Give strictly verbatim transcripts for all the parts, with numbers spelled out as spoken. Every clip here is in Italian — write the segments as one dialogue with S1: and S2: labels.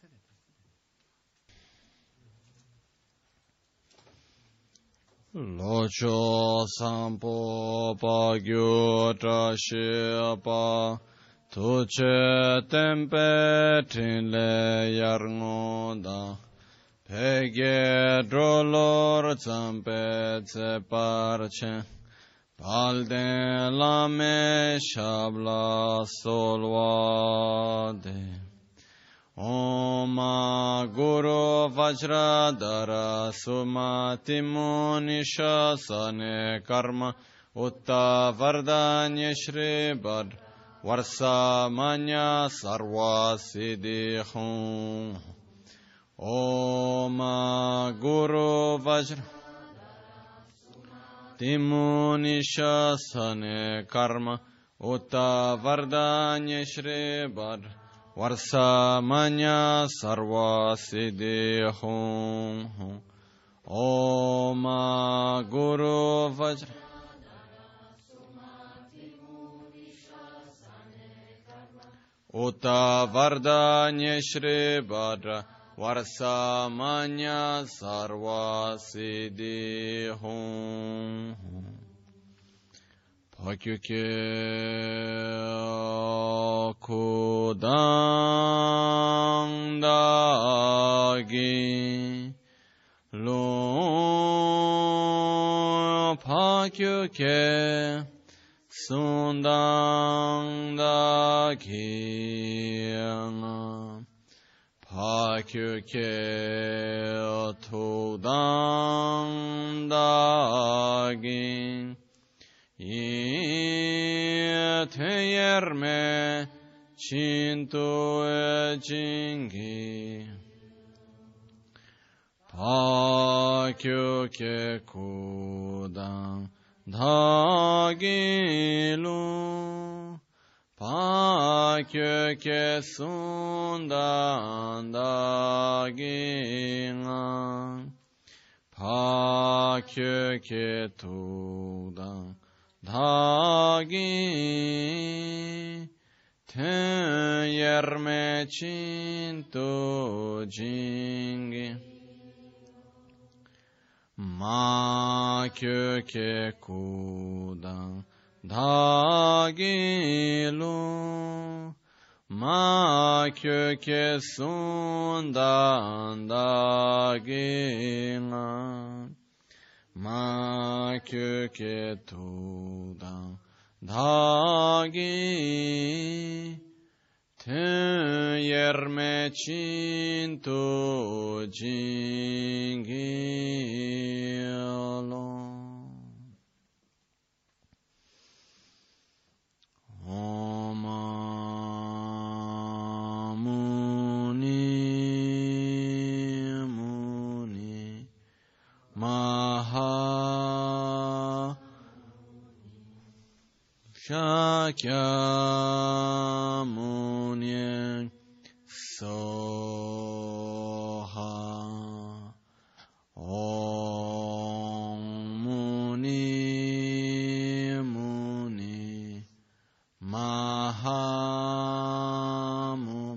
S1: Locho sampo pa gyu tra shi pa tu che tempe trin le yar ngoda pege drolor zampe tse parche palde lame shabla solvade Om Guru Vajradhara Sumati Munisha Sane Karma Utta Vardanya Shri Bhad Varsa Manya Sarva Siddhi Hum Om Guru Vajradhara Munisha Sane Karma Utta Vardanya Shri Bhad Varsa Manya Sarva Siddhi Hum Om Guru Vajra Uta Vardanya Shri Bhadra Varsa Manya Sarva Siddhi Hum Pakyuke kudang dagi lo pakyuke sundang dagi pakyuke tudang dagi Teyerme cinto e jingi Pakyo ke kudang dhagilu Pakyo ke sundan dagingan Pakyo ke tudang Dhagi Teyerme cinto jingi Ma kyoke kudang Dhagilu Ma kyoke sundan dagingan Ma kyoke tudang dhagi Teyerme cinto jingi Om Muni Muni Maha Shakyamuni Soha Om Muni Muni Mahamu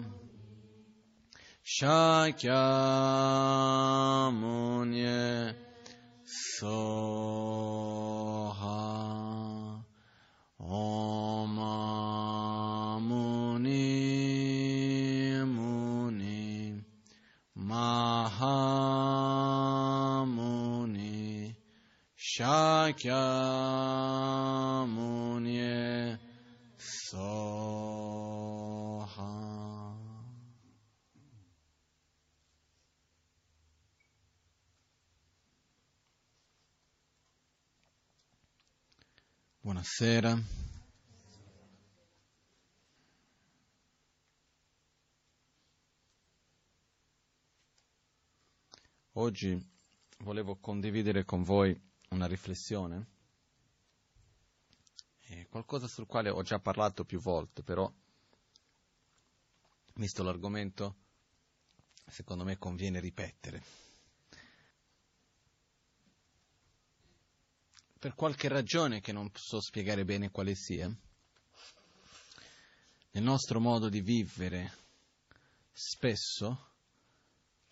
S1: Shakyamuni Soha Om Muni Muni Mahamuni Shakyamuni Soha. Buonasera. Oggi volevo condividere con voi una riflessione, eh, qualcosa sul quale ho già parlato più volte, però, visto l'argomento, secondo me conviene ripetere. Per qualche ragione che non so spiegare bene quale sia, nel nostro modo di vivere spesso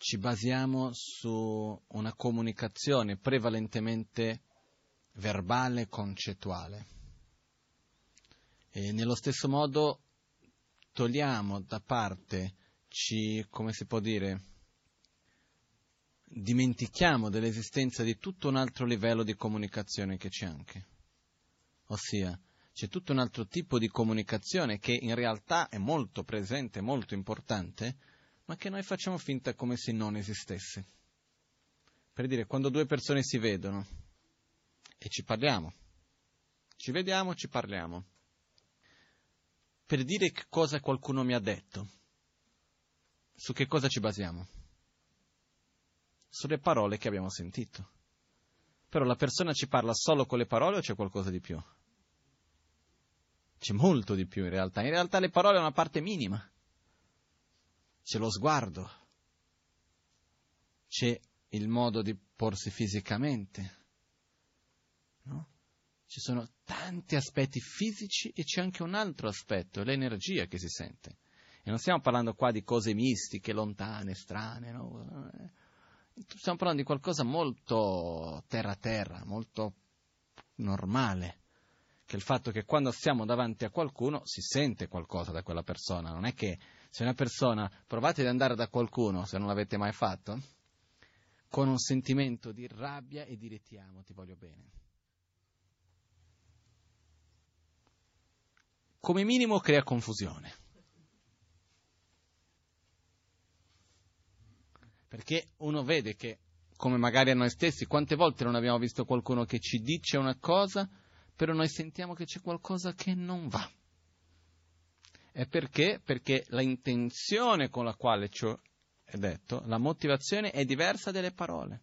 S1: ci basiamo su una comunicazione prevalentemente verbale, concettuale. E nello stesso modo togliamo da parte, ci, come si può dire, dimentichiamo dell'esistenza di tutto un altro livello di comunicazione che c'è anche. Ossia, c'è tutto un altro tipo di comunicazione che in realtà è molto presente, molto importante, ma che noi facciamo finta come se non esistesse. Per dire, quando due persone si vedono e ci parliamo, ci vediamo, ci parliamo, per dire che cosa qualcuno mi ha detto, su che cosa ci basiamo? Sulle parole che abbiamo sentito. Però la persona ci parla solo con le parole o c'è qualcosa di più? C'è molto di più in realtà. In realtà le parole sono una parte minima. C'è lo sguardo, c'è il modo di porsi fisicamente, no? Ci sono tanti aspetti fisici e c'è anche un altro aspetto, l'energia che si sente. E non stiamo parlando qua di cose mistiche, lontane, strane, no? Stiamo parlando di qualcosa molto terra-terra, molto normale. Che il fatto che quando siamo davanti a qualcuno si sente qualcosa da quella persona. Non è che se una persona, provate ad andare da qualcuno, se non l'avete mai fatto, con un sentimento di rabbia e di ti amo, ti voglio bene. Come minimo crea confusione. Perché uno vede che, come magari a noi stessi, quante volte non abbiamo visto qualcuno che ci dice una cosa, però noi sentiamo che c'è qualcosa che non va. E perché? Perché la intenzione con la quale ciò è detto, la motivazione è diversa delle parole.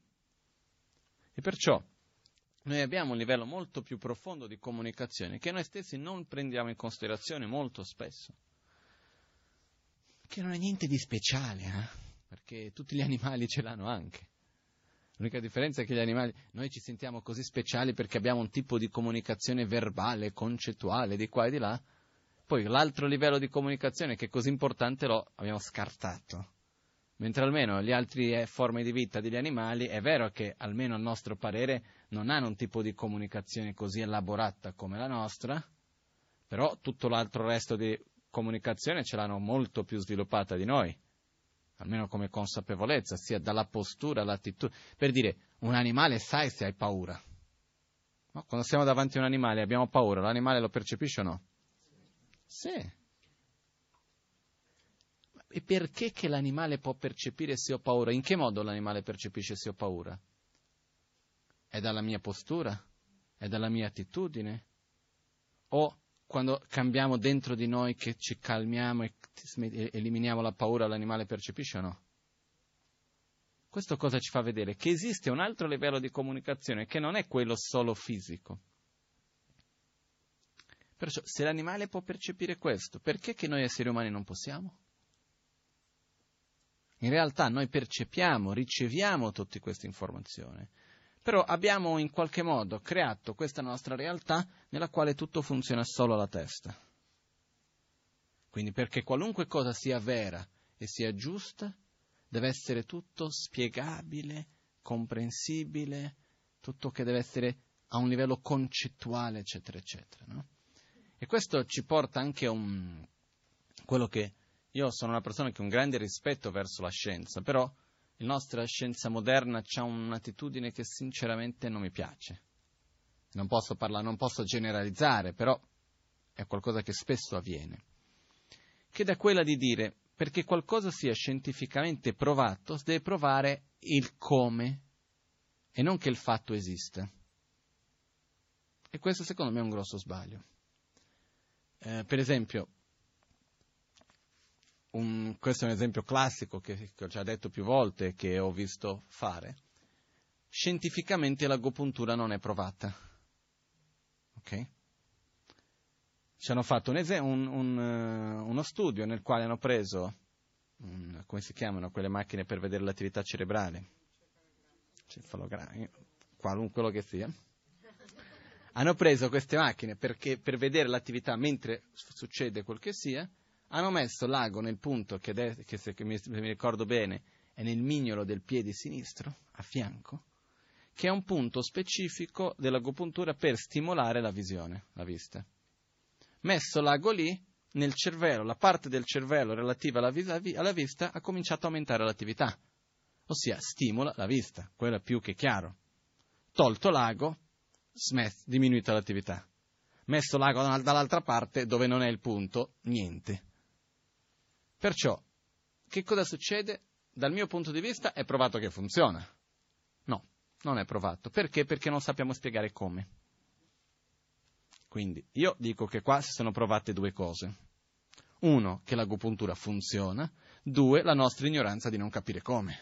S1: E perciò noi abbiamo un livello molto più profondo di comunicazione che noi stessi non prendiamo in considerazione molto spesso. Che non è niente di speciale, eh? Perché tutti gli animali ce l'hanno anche. L'unica differenza è che gli animali, noi ci sentiamo così speciali perché abbiamo un tipo di comunicazione verbale, concettuale, di qua e di là. Poi l'altro livello di comunicazione che è così importante lo abbiamo scartato. Mentre almeno le altre forme di vita degli animali, è vero che almeno a nostro parere non hanno un tipo di comunicazione così elaborata come la nostra, però tutto l'altro resto di comunicazione ce l'hanno molto più sviluppata di noi. Almeno come consapevolezza, sia dalla postura all'attitudine. Per dire, un animale sai se hai paura. No? Quando siamo davanti a un animale e abbiamo paura, l'animale lo percepisce o no? Sì. E perché che l'animale può percepire se ho paura? In che modo l'animale percepisce se ho paura? È dalla mia postura? È dalla mia attitudine? O quando cambiamo dentro di noi che ci calmiamo e eliminiamo la paura, l'animale percepisce o no? Questo cosa ci fa vedere? Che esiste un altro livello di comunicazione che non è quello solo fisico. Perciò se l'animale può percepire questo, perché che noi esseri umani non possiamo? In realtà noi percepiamo, riceviamo tutte queste informazioni, però abbiamo in qualche modo creato questa nostra realtà nella quale tutto funziona solo alla testa. Quindi perché qualunque cosa sia vera e sia giusta, deve essere tutto spiegabile, comprensibile, tutto che deve essere a un livello concettuale, eccetera, eccetera, no? E questo ci porta anche a un, quello che io sono una persona che ha un grande rispetto verso la scienza, però la nostra scienza moderna ha un'attitudine che sinceramente non mi piace. Non posso parlare, non posso generalizzare, però è qualcosa che spesso avviene. Che è quella di dire, perché qualcosa sia scientificamente provato, si deve provare il come e non che il fatto esista. E questo secondo me è un grosso sbaglio. Eh, per esempio, un, questo è un esempio classico che, che ho già detto più volte, che ho visto fare. Scientificamente l'agopuntura non è provata. Ok? Ci hanno fatto un esem- un, un, uh, uno studio nel quale hanno preso, um, come si chiamano quelle macchine per vedere l'attività cerebrale? Cefalogramma, qualunque quello che sia. Hanno preso queste macchine perché per vedere l'attività mentre succede quel che sia, hanno messo l'ago nel punto che, de- che se che mi, mi ricordo bene è nel mignolo del piede sinistro, a fianco, che è un punto specifico dell'agopuntura per stimolare la visione, la vista. Messo l'ago lì, nel cervello, la parte del cervello relativa alla, vis- alla vista ha cominciato a aumentare l'attività, ossia stimola la vista, quello è più che chiaro. Tolto l'ago, smet- diminuita l'attività. Messo l'ago dall'altra parte, dove non è il punto, niente. Perciò, che cosa succede? Dal mio punto di vista è provato che funziona. No, non è provato. Perché? Perché non sappiamo spiegare come. Quindi, io dico che qua si sono provate due cose. Uno, che l'agopuntura funziona. Due, la nostra ignoranza di non capire come.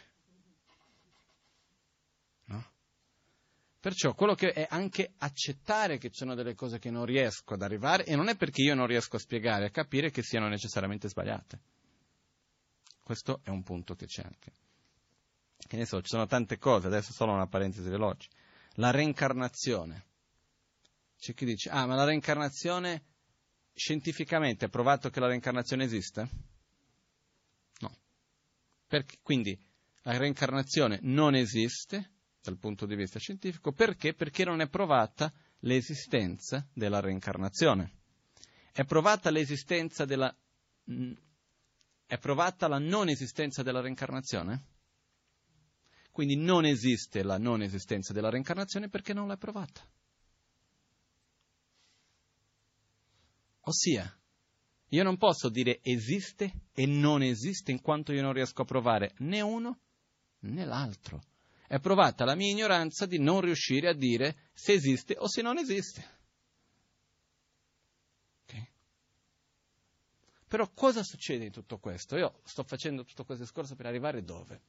S1: No? Perciò quello che è anche accettare che ci sono delle cose che non riesco ad arrivare, e non è perché io non riesco a spiegare, a capire che siano necessariamente sbagliate. Questo è un punto che c'è anche. Che ne so, ci sono tante cose, adesso solo una parentesi veloce. La reincarnazione. C'è chi dice, ah, ma la reincarnazione, scientificamente è provato che la reincarnazione esiste? No. Perché, quindi la reincarnazione non esiste dal punto di vista scientifico, perché? Perché non è provata l'esistenza della reincarnazione. È provata l'esistenza della... È provata la non esistenza della reincarnazione? Quindi non esiste la non esistenza della reincarnazione perché non l'è provata. Ossia, io non posso dire esiste e non esiste in quanto io non riesco a provare né uno né l'altro. È provata la mia ignoranza di non riuscire a dire se esiste o se non esiste. Okay? Però cosa succede in tutto questo? Io sto facendo tutto questo discorso per arrivare dove?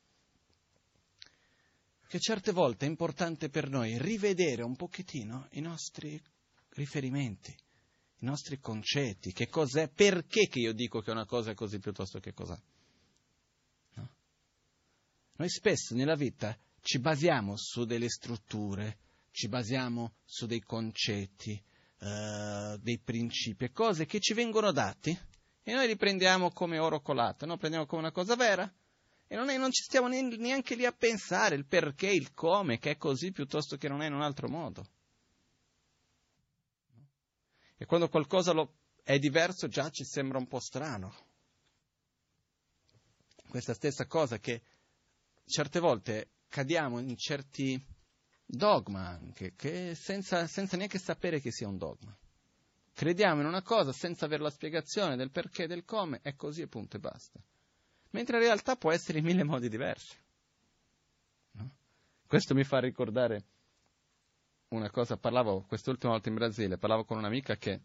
S1: Che certe volte è importante per noi rivedere un pochettino i nostri riferimenti, i nostri concetti, che cos'è, perché che io dico che una cosa è così piuttosto che cos'è. No? Noi spesso nella vita ci basiamo su delle strutture, ci basiamo su dei concetti, uh, dei principi, cose che ci vengono dati e noi li prendiamo come oro colato, no? Prendiamo come una cosa vera e non, è, non ci stiamo neanche lì a pensare il perché, il come, che è così piuttosto che non è in un altro modo. E quando qualcosa lo è diverso già ci sembra un po' strano. Questa stessa cosa che certe volte cadiamo in certi dogma anche, che senza, senza neanche sapere che sia un dogma. Crediamo in una cosa senza avere la spiegazione del perché, del come, è così e punto e basta. Mentre in realtà può essere in mille modi diversi. No? Questo mi fa ricordare una cosa, parlavo quest'ultima volta in Brasile, parlavo con un'amica che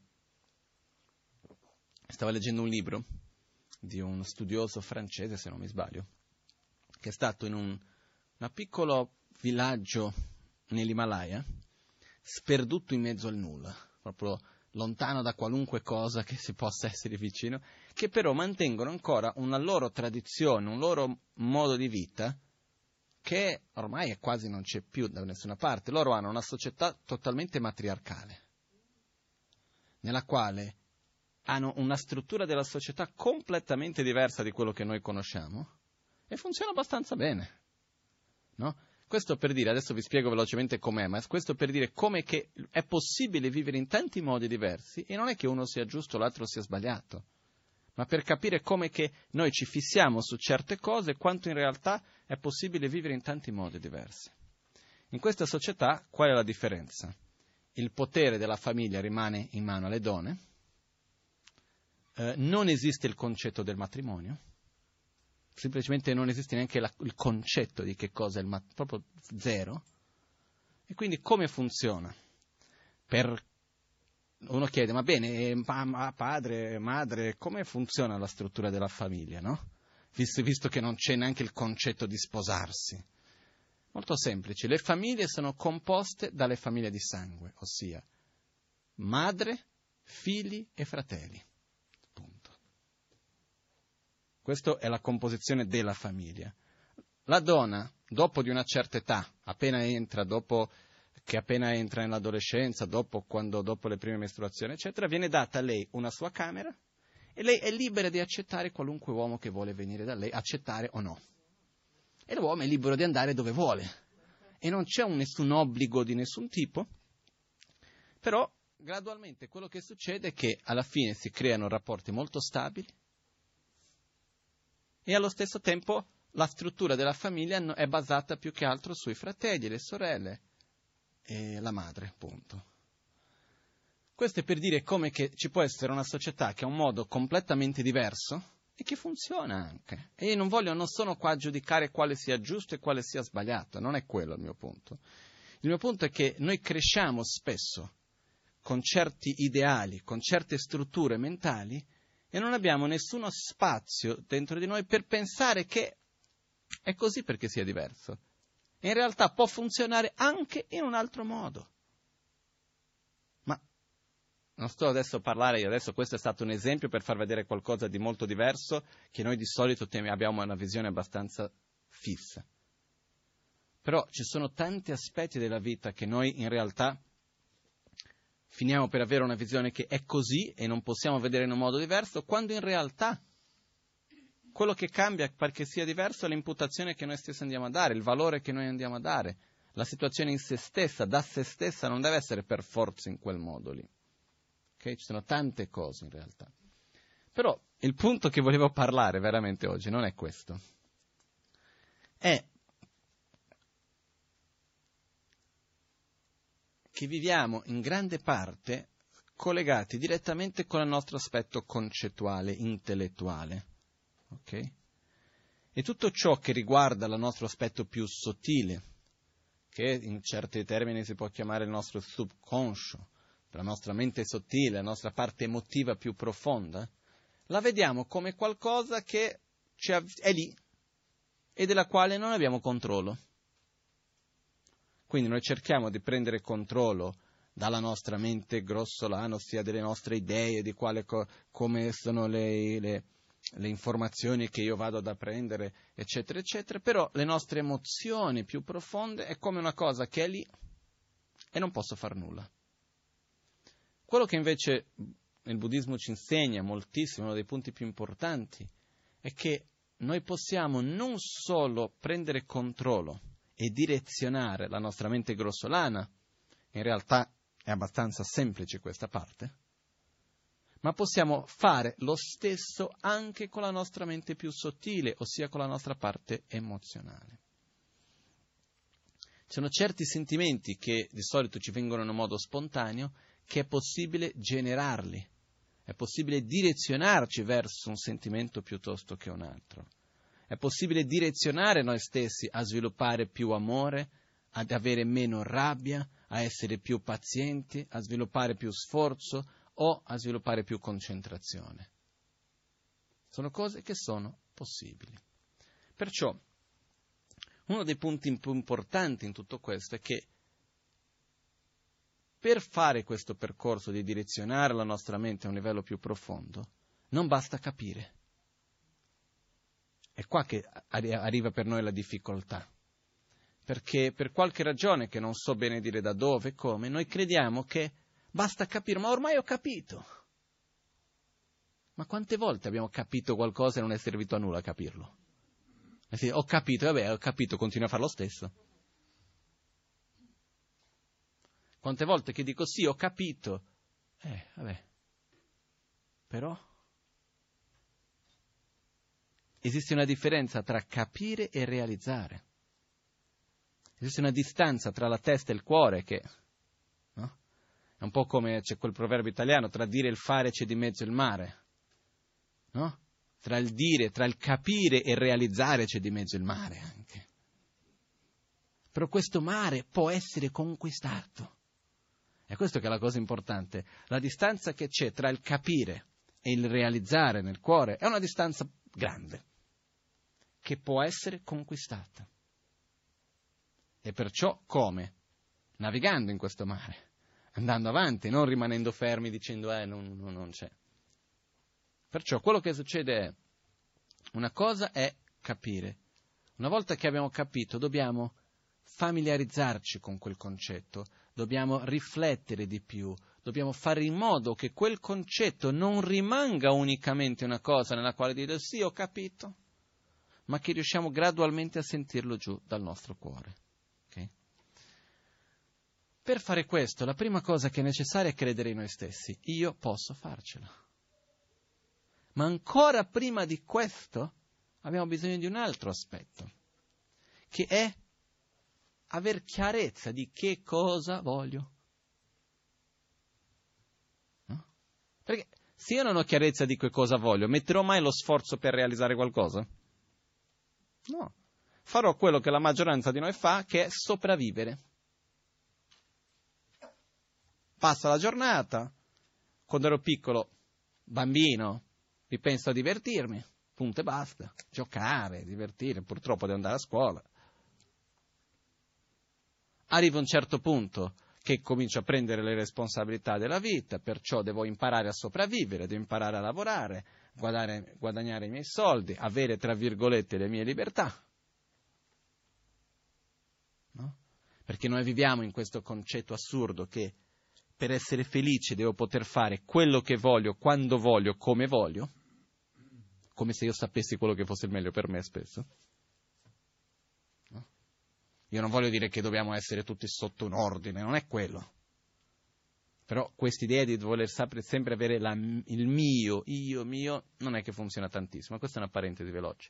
S1: stava leggendo un libro di un studioso francese, se non mi sbaglio, che è stato in un, un piccolo villaggio nell'Himalaya, sperduto in mezzo al nulla, proprio lontano da qualunque cosa che si possa essere vicino, che però mantengono ancora una loro tradizione, un loro modo di vita, che ormai quasi non c'è più da nessuna parte. Loro hanno una società totalmente matriarcale, nella quale hanno una struttura della società completamente diversa di quello che noi conosciamo, e funziona abbastanza bene, no? Questo per dire, adesso vi spiego velocemente com'è, ma questo per dire come che è possibile vivere in tanti modi diversi, e non è che uno sia giusto o l'altro sia sbagliato, ma per capire come che noi ci fissiamo su certe cose e quanto in realtà è possibile vivere in tanti modi diversi. In questa società qual è la differenza? Il potere della famiglia rimane in mano alle donne, eh, non esiste il concetto del matrimonio, semplicemente non esiste neanche la, il concetto di che cosa è il matrimonio, proprio zero. E quindi come funziona? Per Uno chiede, ma bene, ma padre, madre, come funziona la struttura della famiglia, no? Visto, visto che non c'è neanche il concetto di sposarsi. Molto semplice, le famiglie sono composte dalle famiglie di sangue, ossia madre, figli e fratelli. Punto. Questa è la composizione della famiglia. La donna, dopo di una certa età, appena entra, dopo che appena entra nell'adolescenza, dopo, quando, dopo le prime mestruazioni, eccetera, viene data a lei una sua camera e lei è libera di accettare qualunque uomo che vuole venire da lei, accettare o no. E l'uomo è libero di andare dove vuole. E non c'è un, nessun obbligo di nessun tipo. Però, gradualmente, quello che succede è che alla fine si creano rapporti molto stabili e allo stesso tempo la struttura della famiglia è basata più che altro sui fratelli, le sorelle e la madre, appunto. Questo è per dire come che ci può essere una società che ha un modo completamente diverso e che funziona anche. E io non voglio, non sono qua a giudicare quale sia giusto e quale sia sbagliato, non è quello il mio punto. Il mio punto è che noi cresciamo spesso con certi ideali, con certe strutture mentali e non abbiamo nessuno spazio dentro di noi per pensare che è così perché sia diverso. E in realtà può funzionare anche in un altro modo. Ma non sto adesso a parlare, io adesso questo è stato un esempio per far vedere qualcosa di molto diverso, che noi di solito abbiamo una visione abbastanza fissa. Però ci sono tanti aspetti della vita che noi in realtà finiamo per avere una visione che è così e non possiamo vedere in un modo diverso, quando in realtà quello che cambia perché sia diverso è l'imputazione che noi stessi andiamo a dare, il valore che noi andiamo a dare. La situazione in se stessa, da se stessa, non deve essere per forza in quel modo lì. Okay? Ci sono tante cose in realtà. Però il punto che volevo parlare veramente oggi non è questo. È che viviamo in grande parte collegati direttamente con il nostro aspetto concettuale, intellettuale. Okay? E tutto ciò che riguarda il nostro aspetto più sottile, che in certi termini si può chiamare il nostro subconscio, la nostra mente sottile, la nostra parte emotiva più profonda, la vediamo come qualcosa che è lì e della quale non abbiamo controllo. Quindi noi cerchiamo di prendere controllo dalla nostra mente grossolana, ossia delle nostre idee, di quale co- come sono le, le, le informazioni che io vado ad apprendere, eccetera, eccetera. Però le nostre emozioni più profonde è come una cosa che è lì e non posso far nulla. Quello che invece il buddismo ci insegna moltissimo, uno dei punti più importanti, è che noi possiamo non solo prendere controllo e direzionare la nostra mente grossolana, in realtà è abbastanza semplice questa parte, ma possiamo fare lo stesso anche con la nostra mente più sottile, ossia con la nostra parte emozionale. Ci sono certi sentimenti che di solito ci vengono in un modo spontaneo, che è possibile generarli, è possibile direzionarci verso un sentimento piuttosto che un altro. È possibile direzionare noi stessi a sviluppare più amore, ad avere meno rabbia, a essere più pazienti, a sviluppare più sforzo o a sviluppare più concentrazione. Sono cose che sono possibili. Perciò, uno dei punti più importanti in tutto questo è che per fare questo percorso di direzionare la nostra mente a un livello più profondo, non basta capire. È qua che arriva per noi la difficoltà, perché per qualche ragione che non so bene dire da dove e come, noi crediamo che basta capire, ma ormai ho capito. Ma quante volte abbiamo capito qualcosa e non è servito a nulla capirlo? E sì, ho capito, vabbè, ho capito, continuo a fare lo stesso. Quante volte che dico sì, ho capito, eh, vabbè, però esiste una differenza tra capire e realizzare. Esiste una distanza tra la testa e il cuore che, no? È un po' come c'è quel proverbio italiano, tra dire e il fare c'è di mezzo il mare, no? Tra il dire, tra il capire e il realizzare c'è di mezzo il mare anche. Però questo mare può essere conquistato. E questo che è la cosa importante. La distanza che c'è tra il capire e il realizzare nel cuore è una distanza grande, che può essere conquistata. E perciò come? Navigando in questo mare, andando avanti, non rimanendo fermi dicendo eh non, non, non c'è. Perciò quello che succede è, una cosa è capire. Una volta che abbiamo capito dobbiamo familiarizzarci con quel concetto, dobbiamo riflettere di più, dobbiamo fare in modo che quel concetto non rimanga unicamente una cosa nella quale dire sì, ho capito, ma che riusciamo gradualmente a sentirlo giù dal nostro cuore. Okay? Per fare questo, la prima cosa che è necessaria è credere in noi stessi. Io posso farcela. Ma ancora prima di questo abbiamo bisogno di un altro aspetto, che è aver chiarezza di che cosa voglio. No? Perché se io non ho chiarezza di che cosa voglio, metterò mai lo sforzo per realizzare qualcosa? No. Farò quello che la maggioranza di noi fa, che è sopravvivere. Passa la giornata, quando ero piccolo, bambino, mi penso a divertirmi, punto e basta. Giocare, divertire, purtroppo devo andare a scuola. Arriva un certo punto che comincio a prendere le responsabilità della vita, perciò devo imparare a sopravvivere, devo imparare a lavorare, guadagnare, guadagnare i miei soldi, avere, tra virgolette, le mie libertà. No? Perché noi viviamo in questo concetto assurdo che per essere felice devo poter fare quello che voglio, quando voglio, come voglio, come se io sapessi quello che fosse il meglio per me spesso. No? Io non voglio dire che dobbiamo essere tutti sotto un ordine, non è quello. Però quest'idea di voler sempre avere la, il mio, io, mio, non è che funziona tantissimo. Questa è una parentesi veloce.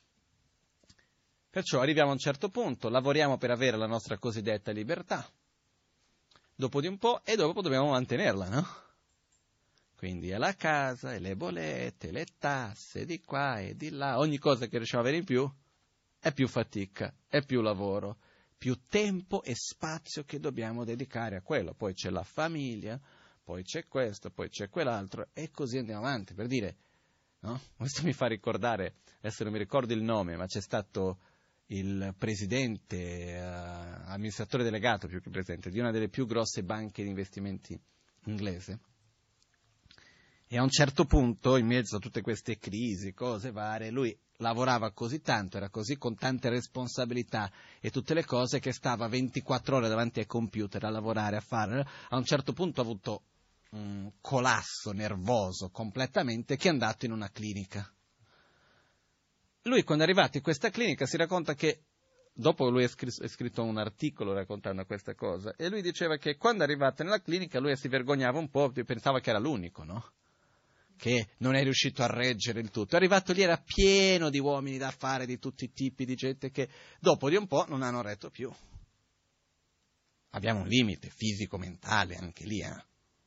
S1: Perciò arriviamo a un certo punto, lavoriamo per avere la nostra cosiddetta libertà, dopo di un po', e dopo dobbiamo mantenerla, no? Quindi è la casa, e le bollette, le tasse, di qua e di là, ogni cosa che riusciamo a avere in più è più fatica, è più lavoro, più tempo e spazio che dobbiamo dedicare a quello. Poi c'è la famiglia, poi c'è questo, poi c'è quell'altro, e così andiamo avanti. Per dire, no? Questo mi fa ricordare, adesso non mi ricordo il nome, ma c'è stato il presidente, eh, amministratore delegato più che presidente, di una delle più grosse banche di investimenti inglese. E a un certo punto, in mezzo a tutte queste crisi, cose varie, lui lavorava così tanto, era così con tante responsabilità e tutte le cose, che stava ventiquattro ore davanti ai computer a lavorare, a fare. A un certo punto ha avuto un collasso nervoso completamente, che è andato in una clinica. Lui, quando è arrivato in questa clinica, si racconta che, dopo lui ha scritto, scritto un articolo raccontando questa cosa, e lui diceva che quando è arrivato nella clinica lui si vergognava un po', pensava che era l'unico, no? Che non è riuscito a reggere il tutto. È arrivato lì, era pieno di uomini da fare, di tutti i tipi, di gente che dopo di un po' non hanno retto più. Abbiamo un limite fisico-mentale anche lì, eh?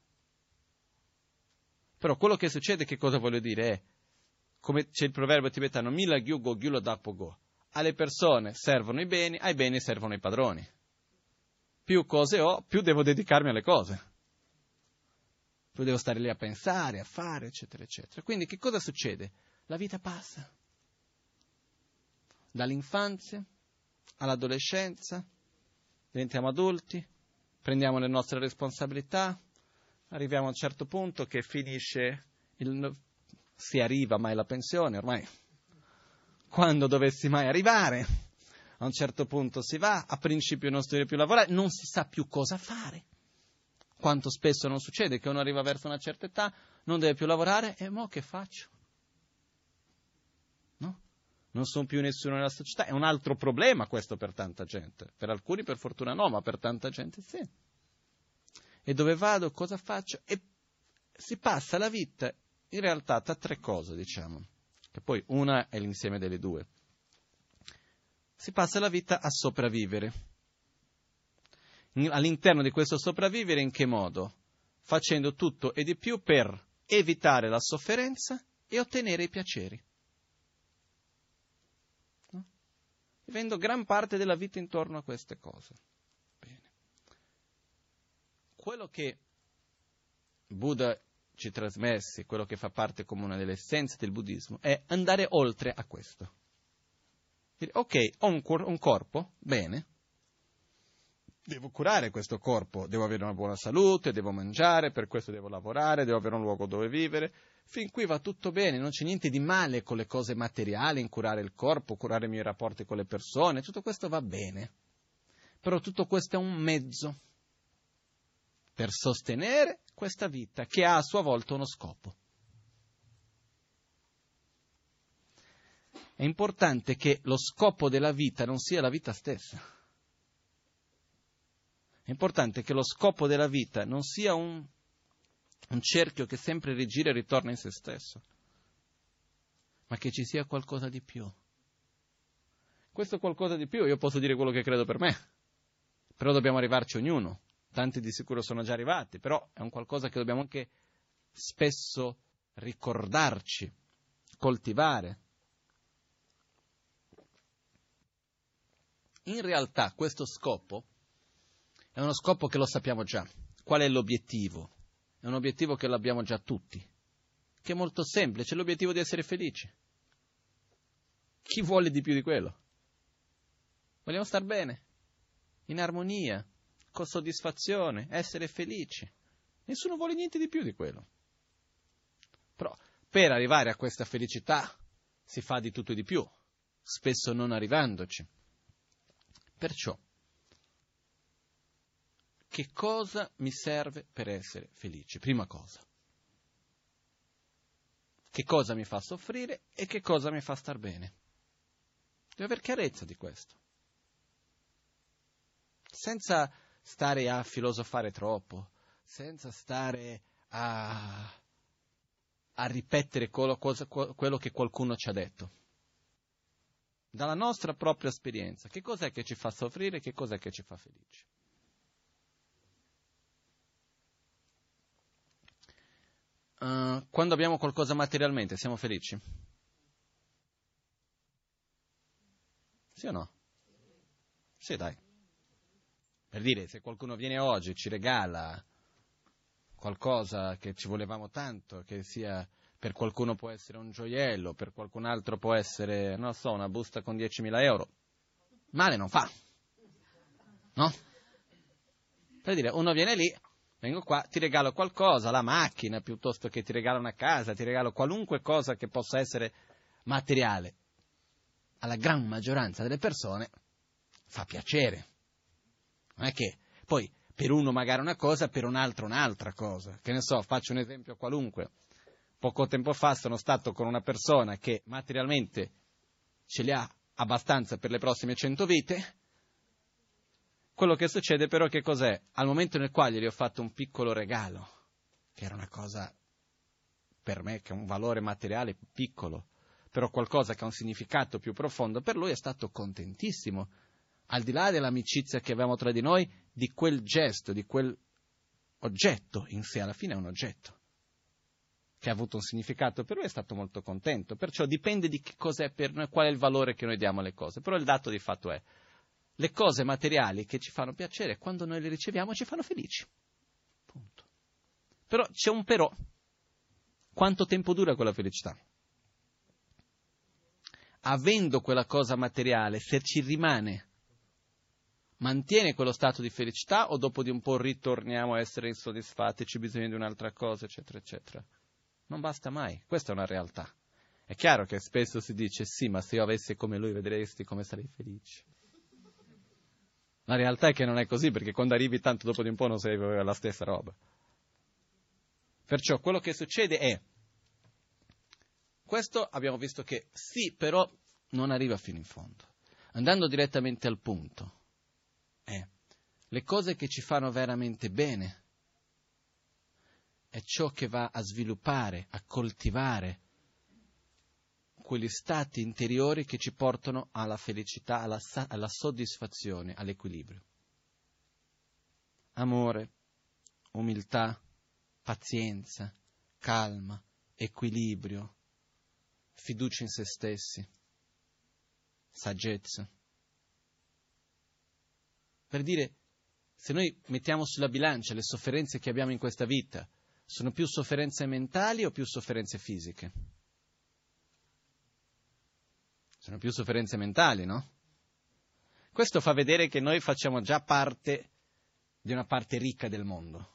S1: Però quello che succede, che cosa voglio dire, è, come c'è il proverbio tibetano, mila gyugo gyulo dapogo. Alle persone servono i beni, ai beni servono i padroni. Più cose ho, più devo dedicarmi alle cose. Poi devo stare lì a pensare, a fare, eccetera, eccetera. Quindi che cosa succede? La vita passa. Dall'infanzia all'adolescenza, diventiamo adulti, prendiamo le nostre responsabilità, arriviamo a un certo punto che finisce, il, si arriva mai alla pensione, ormai, quando dovessi mai arrivare, a un certo punto si va, a principio non si deve più lavorare, non si sa più cosa fare. Quanto spesso non succede che uno arriva verso una certa età, non deve più lavorare, e mo che faccio? No? Non sono più nessuno nella società. È un altro problema questo per tanta gente. Per alcuni per fortuna no, ma per tanta gente sì. E dove vado? Cosa faccio? E si passa la vita in realtà tra tre cose, diciamo, che poi una è l'insieme delle due. Si passa la vita a sopravvivere. All'interno di questo sopravvivere in che modo? Facendo tutto e di più per evitare la sofferenza e ottenere i piaceri. No? Vivendo gran parte della vita intorno a queste cose. Bene. Quello che Buddha ci trasmesse, quello che fa parte come una delle essenze del buddismo, è andare oltre a questo. Dire, ok, ho un, cor- un corpo, bene, devo curare questo corpo, devo avere una buona salute, devo mangiare, per questo devo lavorare, devo avere un luogo dove vivere. Fin qui va tutto bene, non c'è niente di male con le cose materiali, in curare il corpo, curare i miei rapporti con le persone, tutto questo va bene. Però tutto questo è un mezzo per sostenere questa vita che ha a sua volta uno scopo. è importante che lo scopo della vita non sia la vita stessa. È importante che lo scopo della vita non sia un, un cerchio che sempre rigira e ritorna in se stesso, ma che ci sia qualcosa di più. Questo qualcosa di più, io posso dire quello che credo per me, però dobbiamo arrivarci ognuno. Tanti di sicuro sono già arrivati, però è un qualcosa che dobbiamo anche spesso ricordarci, coltivare. In realtà questo scopo è uno scopo che lo sappiamo già. Qual è l'obiettivo? È un obiettivo che l'abbiamo già tutti, che è molto semplice, è l'obiettivo di essere felici. Chi vuole di più di quello? Vogliamo star bene, in armonia, con soddisfazione, essere felici. Nessuno vuole niente di più di quello. Però per arrivare a questa felicità si fa di tutto e di più, spesso non arrivandoci. Perciò, che cosa mi serve per essere felice? Prima cosa. Che cosa mi fa soffrire e che cosa mi fa star bene? Devo avere chiarezza di questo. Senza stare a filosofare troppo, senza stare a, a ripetere quello, cosa, quello che qualcuno ci ha detto. Dalla nostra propria esperienza, che cos'è che ci fa soffrire e che cos'è che ci fa felici? Uh, quando abbiamo qualcosa materialmente, siamo felici? Sì o no? Sì, dai. Per dire, se qualcuno viene oggi e ci regala qualcosa che ci volevamo tanto, che sia per qualcuno può essere un gioiello, per qualcun altro può essere, non so, una busta con diecimila euro, male non fa, no? Per dire, uno viene lì, vengo qua, ti regalo qualcosa, la macchina, piuttosto che ti regalo una casa, ti regalo qualunque cosa che possa essere materiale. Alla gran maggioranza delle persone fa piacere. Non è che poi per uno magari una cosa, per un altro un'altra cosa. Che ne so, faccio un esempio qualunque. Poco tempo fa sono stato con una persona che materialmente ce li ha abbastanza per le prossime cento vite. Quello che succede però che cos'è? Al momento nel quale gli ho fatto un piccolo regalo, che era una cosa per me che ha un valore materiale piccolo, però qualcosa che ha un significato più profondo, per lui è stato contentissimo. Al di là dell'amicizia che avevamo tra di noi, di quel gesto, di quel oggetto in sé, alla fine è un oggetto, che ha avuto un significato per lui, è stato molto contento. Perciò dipende di che cos'è per noi, qual è il valore che noi diamo alle cose. Però il dato di fatto è, le cose materiali che ci fanno piacere, quando noi le riceviamo ci fanno felici. Punto. Però c'è un però. Quanto tempo dura quella felicità? Avendo quella cosa materiale, se ci rimane, mantiene quello stato di felicità o dopo di un po' ritorniamo a essere insoddisfatti, c'è bisogno di un'altra cosa, eccetera, eccetera. Non basta mai, questa è una realtà. È chiaro che spesso si dice, sì, ma se io avessi come lui vedresti come sarei felice. La realtà è che non è così, perché quando arrivi tanto dopo di un po' non sei la stessa roba. Perciò quello che succede è, questo abbiamo visto che sì, però non arriva fino in fondo. Andando direttamente al punto, è le cose che ci fanno veramente bene, è ciò che va a sviluppare, a coltivare quegli stati interiori che ci portano alla felicità, alla, alla soddisfazione, all'equilibrio. Amore, umiltà, pazienza, calma, equilibrio, fiducia in se stessi, saggezza. Per dire, se noi mettiamo sulla bilancia le sofferenze che abbiamo in questa vita, sono più sofferenze mentali o più sofferenze fisiche? Sono più sofferenze mentali, no? Questo fa vedere che noi facciamo già parte di una parte ricca del mondo.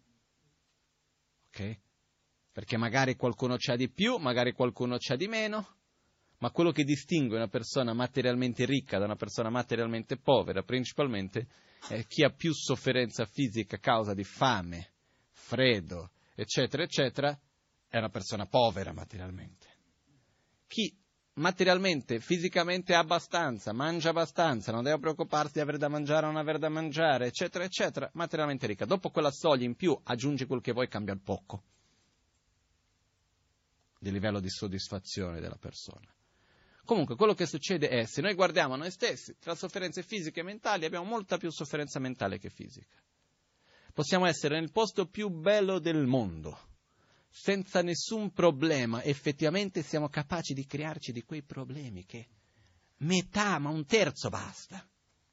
S1: Ok? Perché magari qualcuno c'ha di più, magari qualcuno c'ha di meno, ma quello che distingue una persona materialmente ricca da una persona materialmente povera, principalmente, è chi ha più sofferenza fisica a causa di fame, freddo, eccetera, eccetera, è una persona povera materialmente. Chi materialmente, fisicamente abbastanza, mangia abbastanza, non deve preoccuparsi di avere da mangiare o non avere da mangiare, eccetera, eccetera, materialmente ricca. Dopo quella soglia in più aggiungi quel che vuoi, cambia poco di livello di soddisfazione della persona. Comunque, quello che succede è, se noi guardiamo noi stessi, tra sofferenze fisiche e mentali, abbiamo molta più sofferenza mentale che fisica. Possiamo essere nel posto più bello del mondo, senza nessun problema, effettivamente siamo capaci di crearci di quei problemi che metà, ma un terzo basta.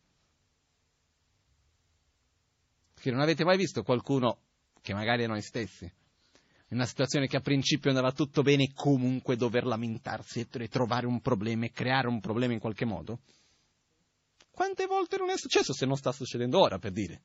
S1: Perché non avete mai visto qualcuno, che magari è noi stessi, in una situazione che a principio andava tutto bene, comunque dover lamentarsi e trovare un problema e creare un problema in qualche modo? Quante volte non è successo, se non sta succedendo ora, per dire?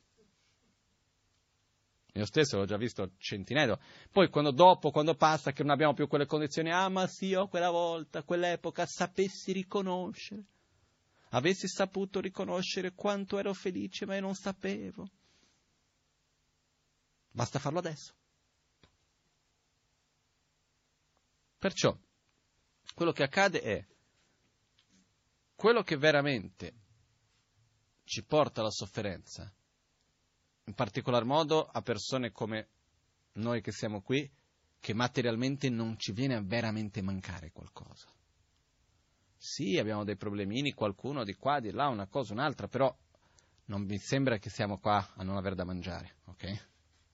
S1: Io stesso l'ho già visto centinaia. Poi quando dopo, quando passa, che non abbiamo più quelle condizioni, ah ma sì, io quella volta, quell'epoca, sapessi riconoscere, avessi saputo riconoscere quanto ero felice, ma io non sapevo. Basta farlo adesso. Perciò, quello che accade è, quello che veramente ci porta alla sofferenza, in particolar modo a persone come noi che siamo qui, che materialmente non ci viene a veramente mancare qualcosa. Sì, abbiamo dei problemini, qualcuno di qua, di là, una cosa, un'altra, però non mi sembra che siamo qua a non aver da mangiare, ok?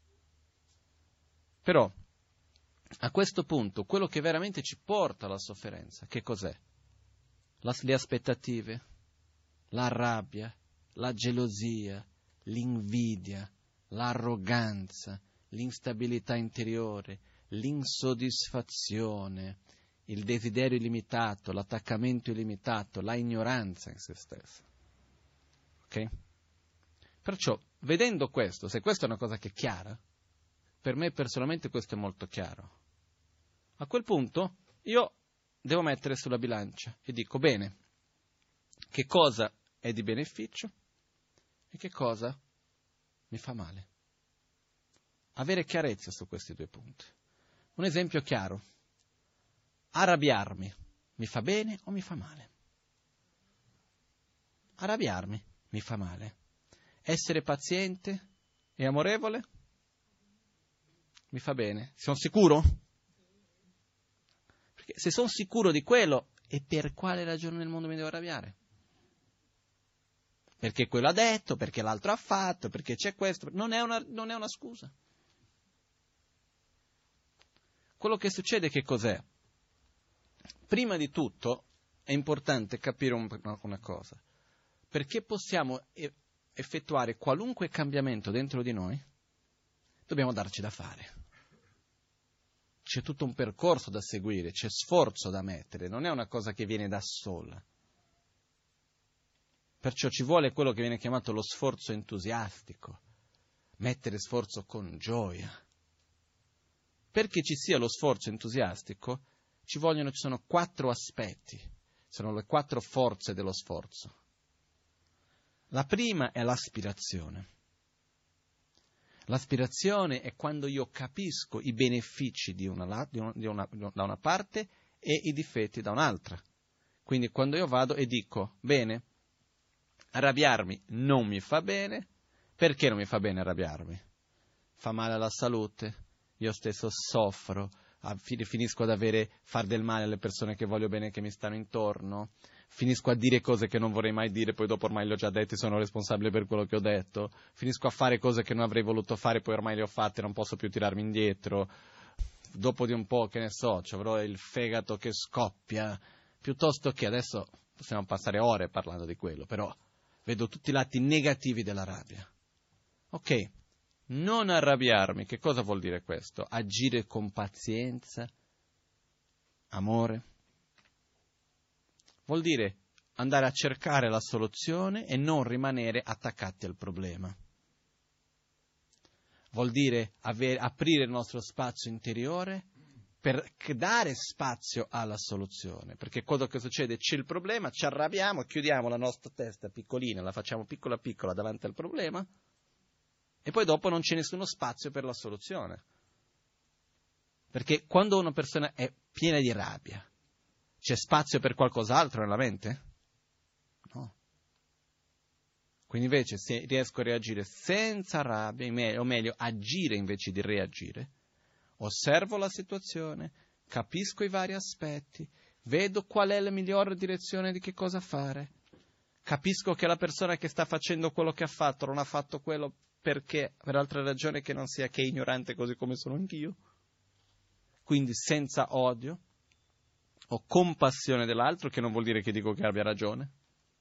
S1: Però, a questo punto, quello che veramente ci porta alla sofferenza, che cos'è? La, le aspettative, la rabbia, la gelosia, l'invidia, l'arroganza, l'instabilità interiore, l'insoddisfazione, il desiderio illimitato, l'attaccamento illimitato, la ignoranza in se stessa. Ok? Perciò, vedendo questo, se questa è una cosa che è chiara, per me personalmente questo è molto chiaro. A quel punto io devo mettere sulla bilancia e dico, bene, che cosa è di beneficio e che cosa mi fa male. Avere chiarezza su questi due punti. Un esempio chiaro. Arrabbiarmi mi fa bene o mi fa male? Arrabbiarmi mi fa male. Essere paziente e amorevole mi fa bene. Sono sicuro? Perché se sono sicuro di quello, e per quale ragione nel mondo mi devo arrabbiare? Perché quello ha detto, perché l'altro ha fatto, perché c'è questo. Non è una, non è una scusa. Quello che succede che cos'è? Prima di tutto è importante capire un, una cosa. Perché possiamo effettuare qualunque cambiamento dentro di noi, dobbiamo darci da fare. C'è tutto un percorso da seguire, c'è sforzo da mettere, non è una cosa che viene da sola. Perciò ci vuole quello che viene chiamato lo sforzo entusiastico, mettere sforzo con gioia. Perché ci sia lo sforzo entusiastico, ci vogliono, ci sono quattro aspetti, sono le quattro forze dello sforzo. La prima è l'aspirazione. L'aspirazione è quando io capisco i benefici di una, di una, di una, da una parte e i difetti da un'altra. Quindi quando io vado e dico, bene, arrabbiarmi non mi fa bene, perché non mi fa bene arrabbiarmi? Fa male alla salute, io stesso soffro, finisco ad avere, far del male alle persone che voglio bene che mi stanno intorno, finisco a dire cose che non vorrei mai dire, poi dopo ormai le ho già dette, sono responsabile per quello che ho detto, finisco a fare cose che non avrei voluto fare, poi ormai le ho fatte, non posso più tirarmi indietro, dopo di un po', che ne so, ci avrò il fegato che scoppia, piuttosto che adesso possiamo passare ore parlando di quello, però vedo tutti i lati negativi della rabbia. Ok, non arrabbiarmi, che cosa vuol dire questo? Agire con pazienza, amore. Vuol dire andare a cercare la soluzione e non rimanere attaccati al problema. Vuol dire aver, aprire il nostro spazio interiore per dare spazio alla soluzione. Perché quello che succede, c'è il problema, ci arrabbiamo, chiudiamo la nostra testa piccolina, la facciamo piccola piccola davanti al problema e poi dopo non c'è nessuno spazio per la soluzione. Perché quando una persona è piena di rabbia, C'è spazio per qualcos'altro nella mente? No. Quindi invece se riesco a reagire senza rabbia, o meglio, agire invece di reagire, osservo la situazione, capisco i vari aspetti, vedo qual è la migliore direzione di che cosa fare, capisco che la persona che sta facendo quello che ha fatto non ha fatto quello perché per altra ragione che non sia che è ignorante così come sono anch'io, quindi senza odio, ho compassione dell'altro, che non vuol dire che dico che abbia ragione,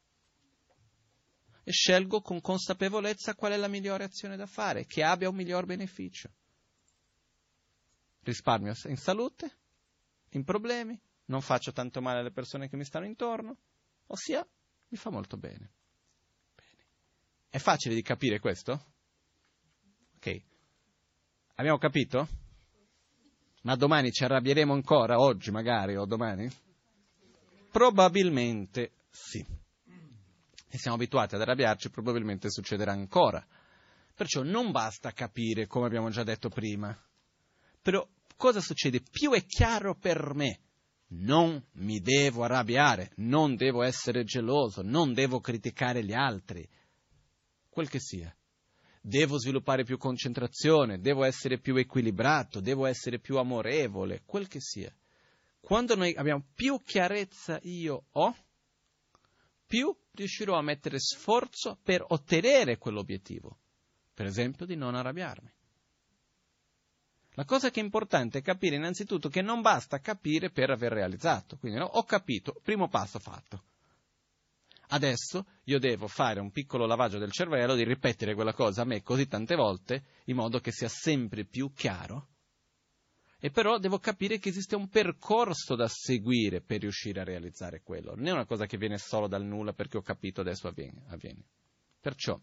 S1: e scelgo con consapevolezza qual è la migliore azione da fare, che abbia un miglior beneficio. Risparmio in salute, in problemi, non faccio tanto male alle persone che mi stanno intorno, ossia mi fa molto bene. Bene. È facile di capire questo? Ok. Abbiamo capito? Ma domani ci arrabbieremo ancora, oggi magari, o domani? Probabilmente sì. E siamo abituati ad arrabbiarci, probabilmente succederà ancora. Perciò non basta capire, come abbiamo già detto prima. Però cosa succede? Più è chiaro per me. Non mi devo arrabbiare, non devo essere geloso, non devo criticare gli altri. Quel che sia. Devo sviluppare più concentrazione, devo essere più equilibrato, devo essere più amorevole, quel che sia. Quando noi abbiamo più chiarezza io ho, più riuscirò a mettere sforzo per ottenere quell'obiettivo. Per esempio di non arrabbiarmi. La cosa che è importante è capire innanzitutto che non basta capire per aver realizzato. Quindi no, ho capito, primo passo fatto. Adesso io devo fare un piccolo lavaggio del cervello, di ripetere quella cosa a me così tante volte, in modo che sia sempre più chiaro. E però devo capire che esiste un percorso da seguire per riuscire a realizzare quello. Non è una cosa che viene solo dal nulla perché ho capito adesso avviene. avviene. Perciò,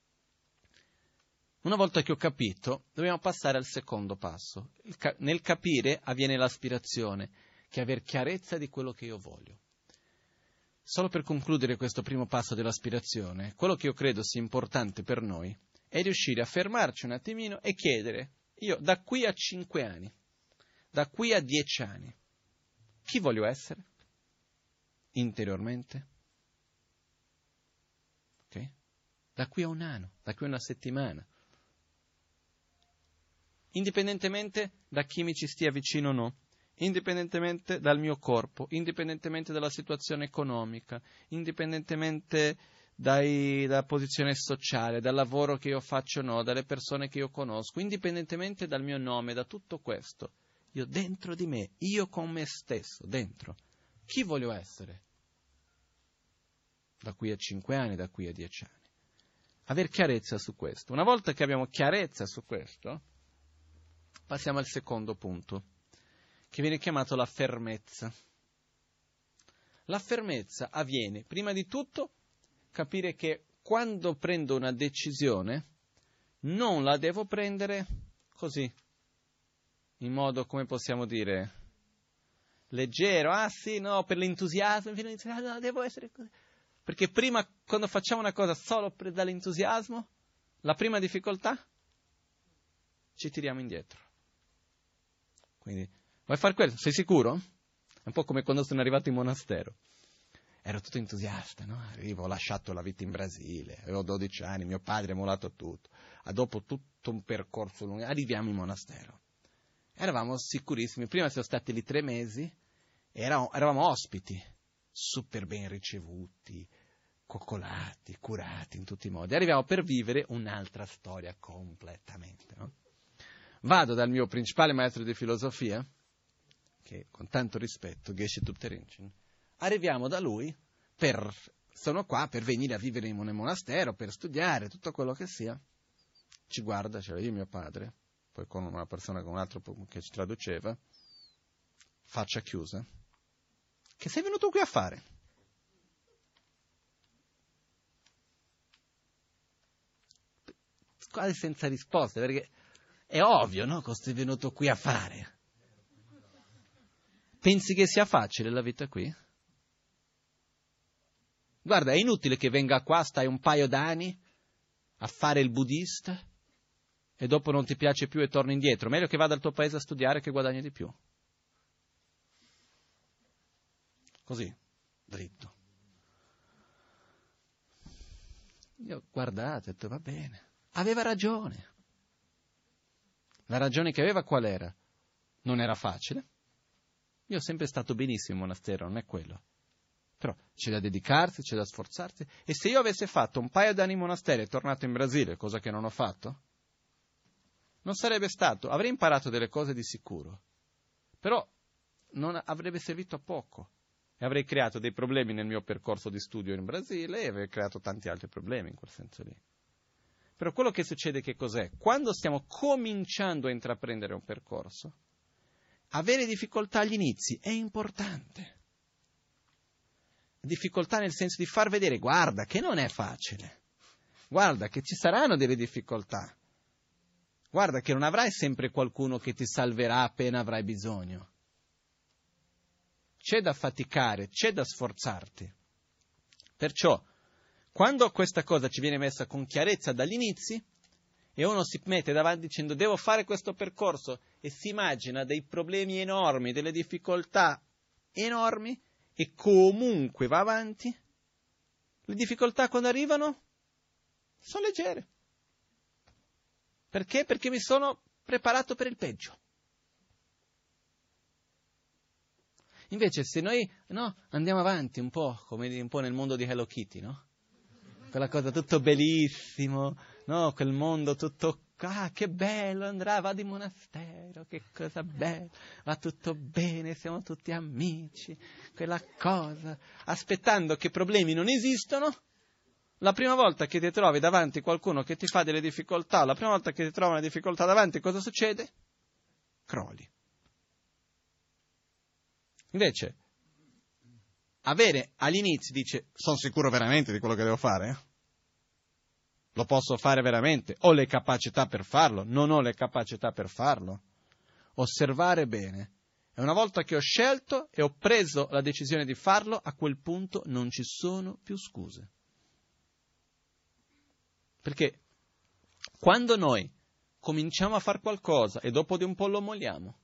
S1: una volta che ho capito, dobbiamo passare al secondo passo. Ca- nel capire avviene l'aspirazione, che è aver chiarezza di quello che io voglio. Solo per concludere questo primo passo dell'aspirazione, quello che io credo sia importante per noi è riuscire a fermarci un attimino e chiedere, io da qui a cinque anni, da qui a dieci anni, chi voglio essere? Interiormente? Ok? Da qui a un anno, da qui a una settimana. Indipendentemente da chi mi ci stia vicino o no, indipendentemente dal mio corpo, indipendentemente dalla situazione economica, indipendentemente dai, dalla posizione sociale, dal lavoro che io faccio o no, dalle persone che io conosco, indipendentemente dal mio nome, da tutto questo, io dentro di me, io con me stesso, dentro, chi voglio essere? Da qui a cinque anni, da qui a dieci anni. Aver chiarezza su questo. Una volta che abbiamo chiarezza su questo, passiamo al secondo punto, che viene chiamato la fermezza. La fermezza avviene, prima di tutto, capire che quando prendo una decisione, non la devo prendere così, in modo, come possiamo dire, leggero, ah sì, no, per l'entusiasmo, no, devo essere così. Perché prima, quando facciamo una cosa solo per, dall'entusiasmo, la prima difficoltà, ci tiriamo indietro. Quindi, vuoi fare questo? Sei sicuro? È un po' come quando sono arrivato in monastero. Ero tutto entusiasta, no? Arrivo, ho lasciato la vita in Brasile, avevo dodici anni, mio padre ha mollato tutto. A dopo tutto un percorso lungo, arriviamo in monastero. Eravamo sicurissimi, prima siamo stati lì tre mesi, eravamo, eravamo ospiti, super ben ricevuti, coccolati, curati in tutti i modi. Arriviamo per vivere un'altra storia completamente, no? Vado dal mio principale maestro di filosofia, che con tanto rispetto, Geshe Thupten Rinchen, arriviamo da lui, per, sono qua per venire a vivere in un monastero, per studiare, tutto quello che sia. Ci guarda, c'era io e mio padre, poi con una persona, con un altro che ci traduceva, faccia chiusa. Che sei venuto qui a fare? Quasi senza risposte, perché è ovvio, no? Cosa sei venuto qui a fare? Pensi che sia facile la vita qui? Guarda, è inutile che venga qua, stai un paio d'anni a fare il buddista e dopo non ti piace più e torni indietro. Meglio che vada al tuo paese a studiare che guadagni di più. così, dritto. Io guardate, ho detto, va bene. Aveva ragione. La ragione che aveva qual era? Non era facile. Io ho sempre stato benissimo in monastero, non è quello. Però c'è da dedicarsi, c'è da sforzarsi. E se io avessi fatto un paio d'anni in monastero e tornato in Brasile, cosa che non ho fatto, non sarebbe stato, avrei imparato delle cose di sicuro, però non avrebbe servito a poco. E avrei creato dei problemi nel mio percorso di studio in Brasile e avrei creato tanti altri problemi in quel senso lì. Però quello che succede che cos'è? Quando stiamo cominciando a intraprendere un percorso, avere difficoltà agli inizi è importante. Difficoltà nel senso di far vedere, guarda, che non è facile. Guarda, che ci saranno delle difficoltà. Guarda, che non avrai sempre qualcuno che ti salverà appena avrai bisogno. C'è da faticare, c'è da sforzarti. Perciò, quando questa cosa ci viene messa con chiarezza dagli inizi, e uno si mette davanti dicendo devo fare questo percorso, e si immagina dei problemi enormi, delle difficoltà enormi, e comunque va avanti, le difficoltà quando arrivano sono leggere. Perché? Perché mi sono preparato per il peggio. Invece se noi no, andiamo avanti un po', come un po' nel mondo di Hello Kitty, no? Quella cosa tutto bellissimo, no? Quel mondo tutto, ah che bello, andrà, vado in monastero, che cosa bella, va tutto bene, siamo tutti amici, quella cosa, aspettando che problemi non esistono. La prima volta che ti trovi davanti qualcuno che ti fa delle difficoltà, la prima volta che ti trovi una difficoltà davanti, cosa succede? Crolli. Invece, avere all'inizio, dice, sono sicuro veramente di quello che devo fare? Lo posso fare veramente? Ho le capacità per farlo? Non ho le capacità per farlo? Osservare bene. E una volta che ho scelto e ho preso la decisione di farlo, a quel punto non ci sono più scuse. Perché quando noi cominciamo a fare qualcosa e dopo di un po' lo molliamo,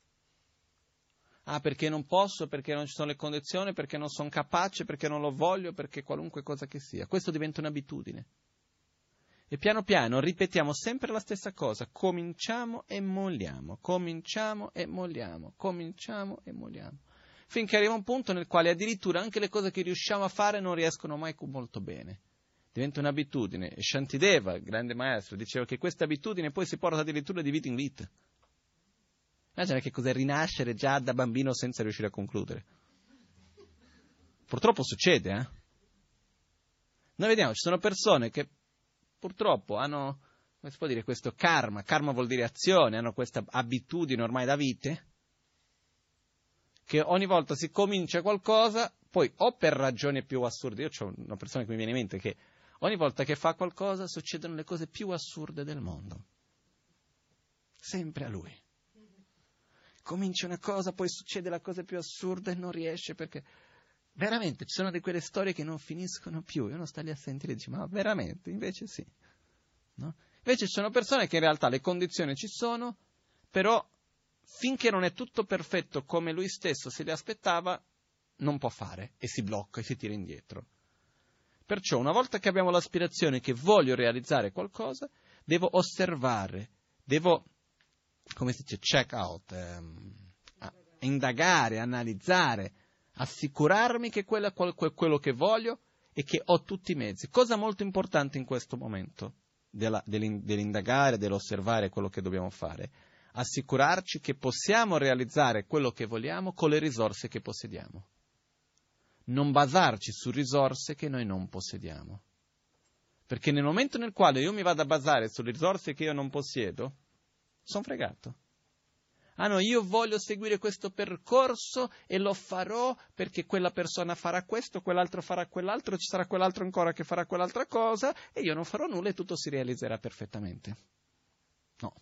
S1: ah, perché non posso, perché non ci sono le condizioni, perché non sono capace, perché non lo voglio, perché qualunque cosa che sia. Questo diventa un'abitudine. E piano piano ripetiamo sempre la stessa cosa. Cominciamo e molliamo, cominciamo e molliamo, cominciamo e molliamo. Finché arriva un punto nel quale addirittura anche le cose che riusciamo a fare non riescono mai molto bene. Diventa un'abitudine. E Shantideva, il grande maestro, diceva che questa abitudine poi si porta addirittura di vita in vita. Immagina che cos'è rinascere già da bambino senza riuscire a concludere. Purtroppo succede, eh? Noi vediamo, ci sono persone che purtroppo hanno, come si può dire, questo karma, karma vuol dire azione, hanno questa abitudine ormai da vite, che ogni volta si comincia qualcosa, poi o per ragioni più assurde, io ho una persona che mi viene in mente che ogni volta che fa qualcosa succedono le cose più assurde del mondo. Sempre a lui. Comincia una cosa, poi succede la cosa più assurda e non riesce perché veramente ci sono di quelle storie che non finiscono più. E uno sta lì a sentire e dice, ma veramente? Invece sì. No? Invece ci sono persone che in realtà le condizioni ci sono, però finché non è tutto perfetto come lui stesso se le aspettava, non può fare e si blocca e si tira indietro. Perciò una volta che abbiamo l'aspirazione che voglio realizzare qualcosa, devo osservare, devo, come si dice, check out, ehm, indagare, analizzare, assicurarmi che quello è quello che voglio e che ho tutti i mezzi. Cosa molto importante in questo momento della, dell'indagare, dell'osservare quello che dobbiamo fare? Assicurarci che possiamo realizzare quello che vogliamo con le risorse che possediamo. Non basarci su risorse che noi non possediamo. Perché nel momento nel quale io mi vado a basare sulle risorse che io non possiedo, sono fregato. Ah no, io voglio seguire questo percorso e lo farò perché quella persona farà questo, quell'altro farà quell'altro, ci sarà quell'altro ancora che farà quell'altra cosa e io non farò nulla e tutto si realizzerà perfettamente. No.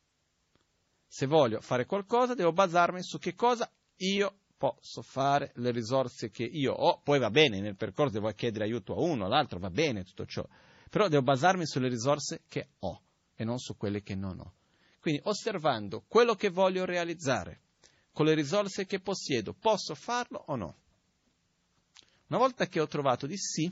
S1: Se voglio fare qualcosa devo basarmi su che cosa io posso fare, le risorse che io ho, poi va bene, nel percorso devo chiedere aiuto a uno, all'altro, va bene tutto ciò, però devo basarmi sulle risorse che ho e non su quelle che non ho. Quindi osservando quello che voglio realizzare, con le risorse che possiedo, posso farlo o no? Una volta che ho trovato di sì,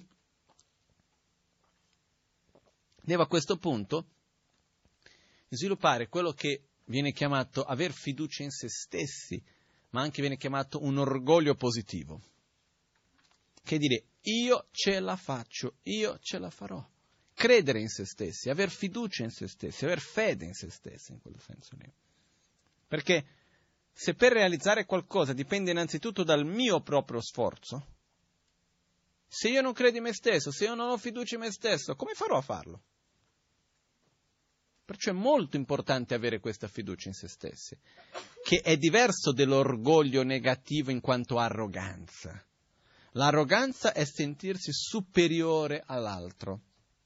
S1: devo a questo punto sviluppare quello che viene chiamato aver fiducia in se stessi, ma anche viene chiamato un orgoglio positivo, che è dire io ce la faccio, io ce la farò. Credere in se stessi, aver fiducia in se stessi, aver fede in se stessi, in quel senso lì. Perché se per realizzare qualcosa dipende innanzitutto dal mio proprio sforzo, se io non credo in me stesso, se io non ho fiducia in me stesso, come farò a farlo? Perciò è molto importante avere questa fiducia in se stessi, che è diverso dell'orgoglio negativo in quanto arroganza. L'arroganza è sentirsi superiore all'altro.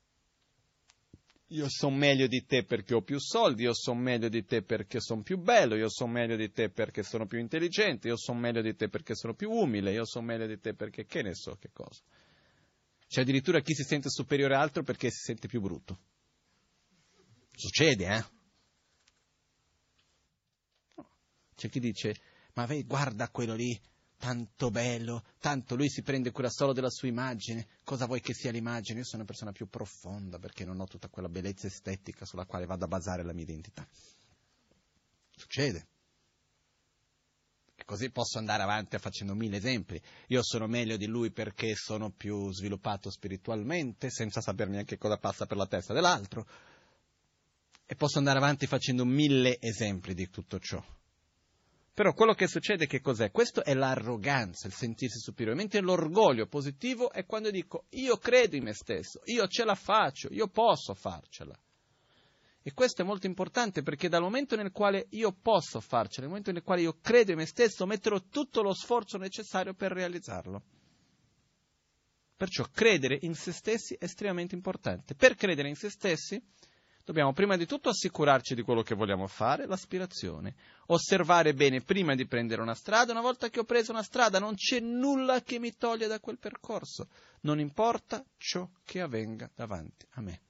S1: Io sono meglio di te perché ho più soldi, io sono meglio di te perché sono più bello, io sono meglio di te perché sono più intelligente, io sono meglio di te perché sono più umile, io sono meglio di te perché che ne so che cosa. C'è addirittura chi si sente superiore a altro perché si sente più brutto. Succede, eh? C'è chi dice, ma vedi, guarda quello lì, tanto bello, tanto lui si prende cura solo della sua immagine, cosa vuoi che sia l'immagine? Io sono una persona più profonda perché non ho tutta quella bellezza estetica sulla quale vado a basare la mia identità. Succede. E così posso andare avanti facendo mille esempi. Io sono meglio di lui perché sono più sviluppato spiritualmente, senza saper neanche cosa passa per la testa dell'altro. E posso andare avanti facendo mille esempi di tutto ciò. Però quello che succede che cos'è? Questo è l'arroganza, il sentirsi superiore, mentre l'orgoglio positivo è quando dico io credo in me stesso, io ce la faccio, io posso farcela. E questo è molto importante perché dal momento nel quale io posso farcela, nel momento nel quale io credo in me stesso, metterò tutto lo sforzo necessario per realizzarlo. Perciò credere in se stessi è estremamente importante. Per credere in se stessi dobbiamo prima di tutto assicurarci di quello che vogliamo fare, l'aspirazione. Osservare bene prima di prendere una strada. Una volta che ho preso una strada non c'è nulla che mi toglie da quel percorso. Non importa ciò che avvenga davanti a me.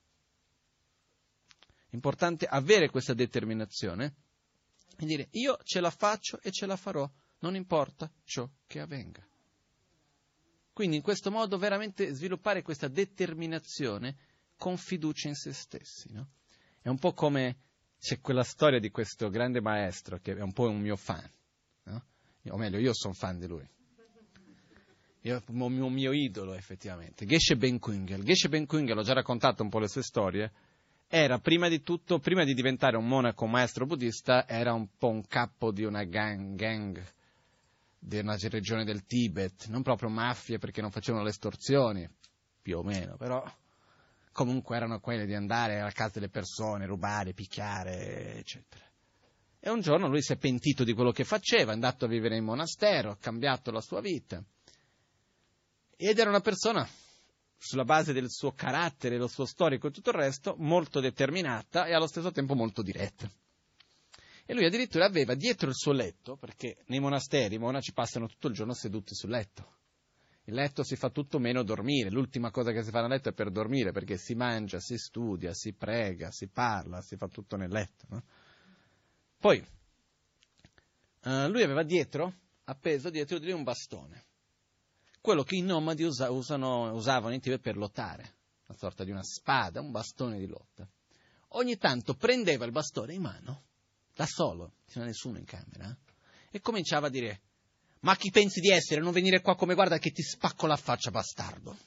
S1: Importante avere questa determinazione e dire io ce la faccio e ce la farò, non importa ciò che avvenga. Quindi in questo modo veramente sviluppare questa determinazione con fiducia in se stessi, no? È un po' come c'è quella storia di questo grande maestro che è un po' un mio fan, no? O meglio, io sono fan di lui. Io, un mio, mio idolo effettivamente. Geshe Ben Kungel. Geshe Ben Kungel, ho già raccontato un po' le sue storie, era prima di tutto, prima di diventare un monaco maestro buddista, era un po' un capo di una gang, gang di una regione del Tibet, non proprio mafie perché non facevano le estorsioni, più o meno, però comunque erano quelle di andare alla casa delle persone, rubare, picchiare, eccetera. E un giorno lui si è pentito di quello che faceva, è andato a vivere in monastero, ha cambiato la sua vita. Ed era una persona, sulla base del suo carattere, del suo storico e tutto il resto, molto determinata e allo stesso tempo molto diretta. E lui addirittura aveva dietro il suo letto, perché nei monasteri i monaci passano tutto il giorno seduti sul letto. Il letto si fa tutto meno dormire, l'ultima cosa che si fa nel letto è per dormire, perché si mangia, si studia, si prega, si parla, si fa tutto nel letto, no? Poi, uh, lui aveva dietro, appeso dietro di lui un bastone, quello che i nomadi usa, usano, usavano in Tibet per lottare, una sorta di una spada, un bastone di lotta. Ogni tanto prendeva il bastone in mano, da solo, se non nessuno in camera, e cominciava a dire: ma chi pensi di essere? Non venire qua come guarda che ti spacco la faccia, bastardo.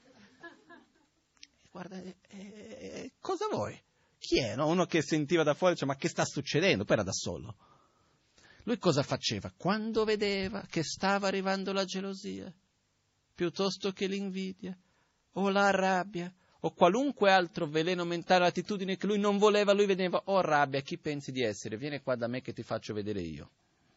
S1: Guarda, eh, eh, cosa vuoi? Chi è? No? Uno che sentiva da fuori, diceva, ma che sta succedendo? Poi era da solo. Lui cosa faceva? Quando vedeva che stava arrivando la gelosia, piuttosto che l'invidia, o la rabbia, o qualunque altro veleno mentale, attitudine che lui non voleva, lui vedeva: oh rabbia, chi pensi di essere? Vieni qua da me che ti faccio vedere io.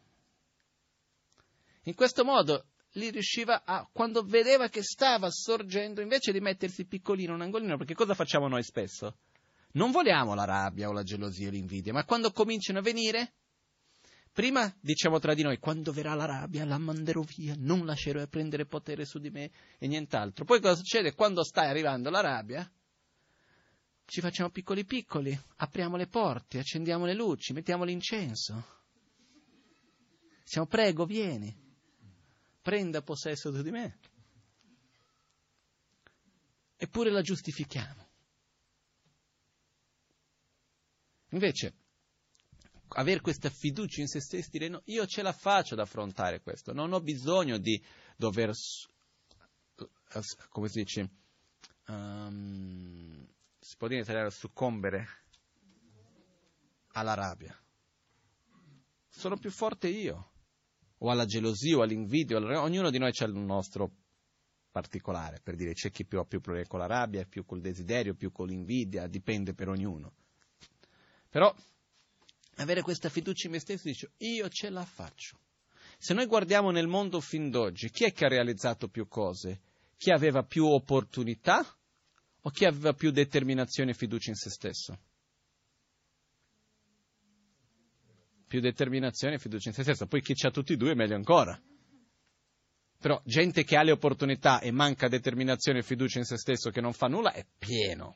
S1: In questo modo lui riusciva a, quando vedeva che stava sorgendo, invece di mettersi piccolino in un angolino, perché cosa facciamo noi spesso? Non vogliamo la rabbia o la gelosia o l'invidia, ma quando cominciano a venire, prima diciamo tra di noi: quando verrà la rabbia la manderò via, non lascerò prendere potere su di me e nient'altro. Poi cosa succede? Quando sta arrivando la rabbia, ci facciamo piccoli piccoli, apriamo le porte, accendiamo le luci, mettiamo l'incenso. Diciamo: prego, vieni, prenda possesso su di me. eppure la giustifichiamo. Invece, avere questa fiducia in se stessi, dire no, io ce la faccio ad affrontare questo, non ho bisogno di dover, come si dice, um, si può dire in italiano, succombere alla rabbia. Sono più forte io, o alla gelosia, o all'invidia, ognuno di noi c'ha il nostro particolare, per dire c'è chi più ha più problemi con la rabbia, più col desiderio, più con l'invidia, dipende per ognuno. Però avere questa fiducia in me stesso, dice, io ce la faccio. Se noi guardiamo nel mondo fin d'oggi, chi è che ha realizzato più cose? Chi aveva più opportunità o chi aveva più determinazione e fiducia in se stesso? Più determinazione e fiducia in se stesso. Poi chi c'ha tutti e due, meglio ancora. Però gente che ha le opportunità e manca determinazione e fiducia in se stesso, che non fa nulla, è pieno.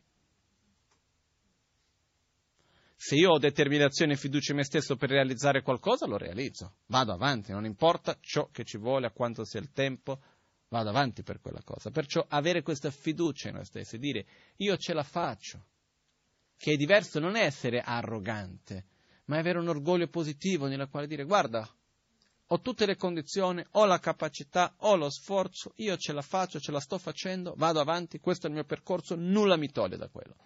S1: Se io ho determinazione e fiducia in me stesso per realizzare qualcosa, lo realizzo. Vado avanti, non importa ciò che ci vuole, a quanto sia il tempo, vado avanti per quella cosa. Perciò avere questa fiducia in noi stessi, dire io ce la faccio, che è diverso, non è essere arrogante, ma è avere un orgoglio positivo nella quale dire guarda, ho tutte le condizioni, ho la capacità, ho lo sforzo, io ce la faccio, ce la sto facendo, vado avanti, questo è il mio percorso, nulla mi toglie da quello.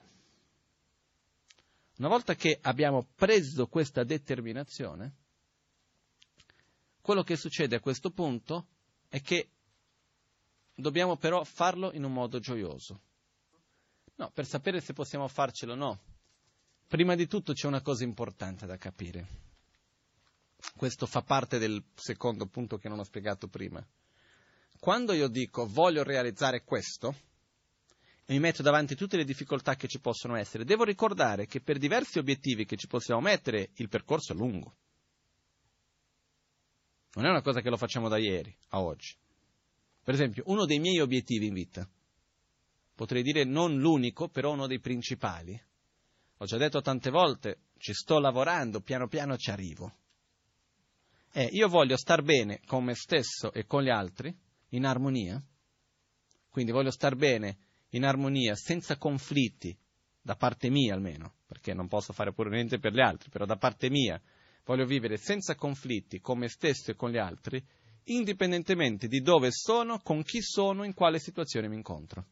S1: Una volta che abbiamo preso questa determinazione, quello che succede a questo punto è che dobbiamo però farlo in un modo gioioso. No, per sapere se possiamo farcelo o no, prima di tutto c'è una cosa importante da capire. Questo fa parte del secondo punto che non ho spiegato prima. Quando io dico voglio realizzare questo, e mi metto davanti tutte le difficoltà che ci possono essere, devo ricordare che per diversi obiettivi che ci possiamo mettere, il percorso è lungo. Non è una cosa che lo facciamo da ieri a oggi. Per esempio, uno dei miei obiettivi in vita, potrei dire non l'unico, però uno dei principali, ho già detto tante volte, ci sto lavorando, piano piano ci arrivo. Eh, io voglio star bene con me stesso e con gli altri, in armonia, quindi voglio star bene in armonia, senza conflitti, da parte mia almeno, perché non posso fare pure niente per gli altri, però da parte mia voglio vivere senza conflitti con me stesso e con gli altri, indipendentemente di dove sono, con chi sono, in quale situazione mi incontro.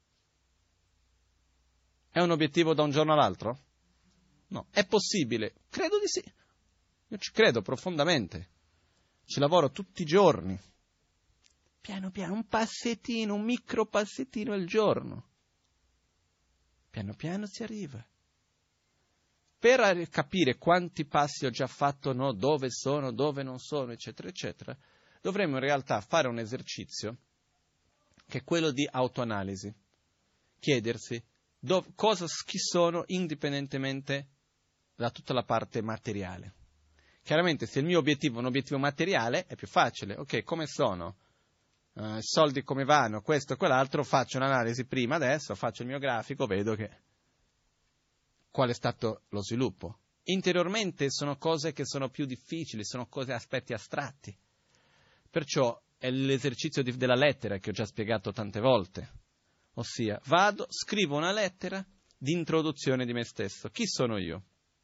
S1: È un obiettivo da un giorno all'altro? No. È possibile? Credo di sì. Io ci credo profondamente. Ci lavoro tutti i giorni. Piano piano, un passettino, un micro passettino al giorno. Piano piano si arriva. Per capire quanti passi ho già fatto, no, dove sono, dove non sono, eccetera, eccetera, dovremmo in realtà fare un esercizio che è quello di autoanalisi. Chiedersi dov- cosa, chi sono indipendentemente da tutta la parte materiale. Chiaramente se il mio obiettivo è un obiettivo materiale è più facile. Ok, come sono? Uh, soldi come vanno, questo e quell'altro, faccio un'analisi prima adesso, faccio il mio grafico, vedo che qual è stato lo sviluppo. Interiormente sono cose che sono più difficili, sono cose, aspetti astratti. Perciò è l'esercizio di, della lettera che ho già spiegato tante volte. Ossia, vado, scrivo una lettera di introduzione di me stesso. Chi sono io?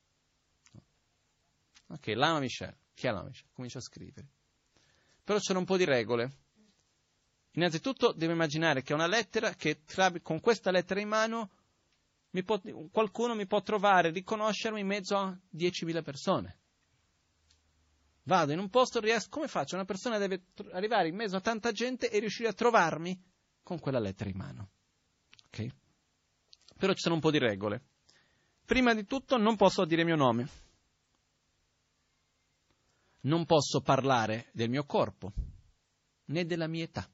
S1: Ok, Lama Michel. Chi è Lama Michel? Comincio a scrivere. Però c'è un po' di regole. Innanzitutto devo immaginare che è una lettera che tra, con questa lettera in mano mi può, qualcuno mi può trovare, riconoscermi in mezzo a diecimila persone. Vado in un posto, riesco, come faccio? Una persona deve tr- arrivare in mezzo a tanta gente e riuscire a trovarmi con quella lettera in mano. Ok? Però ci sono un po' di regole. Prima di tutto non posso dire il mio nome. Non posso parlare del mio corpo, né della mia età.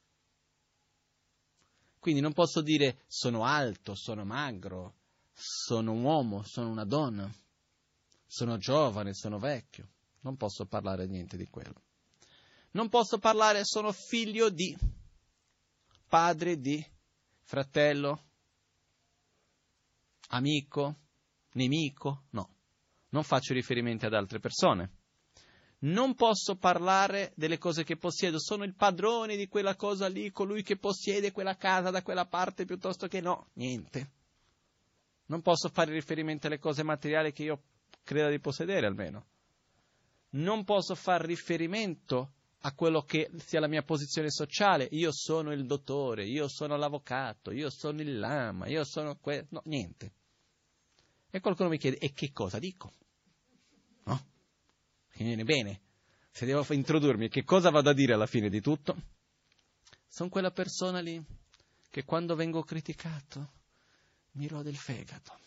S1: Quindi non posso dire sono alto, sono magro, sono un uomo, sono una donna, sono giovane, sono vecchio. Non posso parlare niente di quello. Non posso parlare sono figlio di, padre di, fratello, amico, nemico. No, non faccio riferimenti ad altre persone. Non posso parlare delle cose che possiedo, sono il padrone di quella cosa lì, colui che possiede quella casa da quella parte piuttosto che no, niente. Non posso fare riferimento alle cose materiali che io credo di possedere almeno. Non posso fare riferimento a quello che sia la mia posizione sociale. Io sono il dottore, io sono l'avvocato, io sono il lama, io sono questo. No, niente. E qualcuno mi chiede, e che cosa dico? No? Che viene bene. Se devo introdurmi, che cosa vado a dire alla fine di tutto? Sono quella persona lì che quando vengo criticato mi rode il fegato.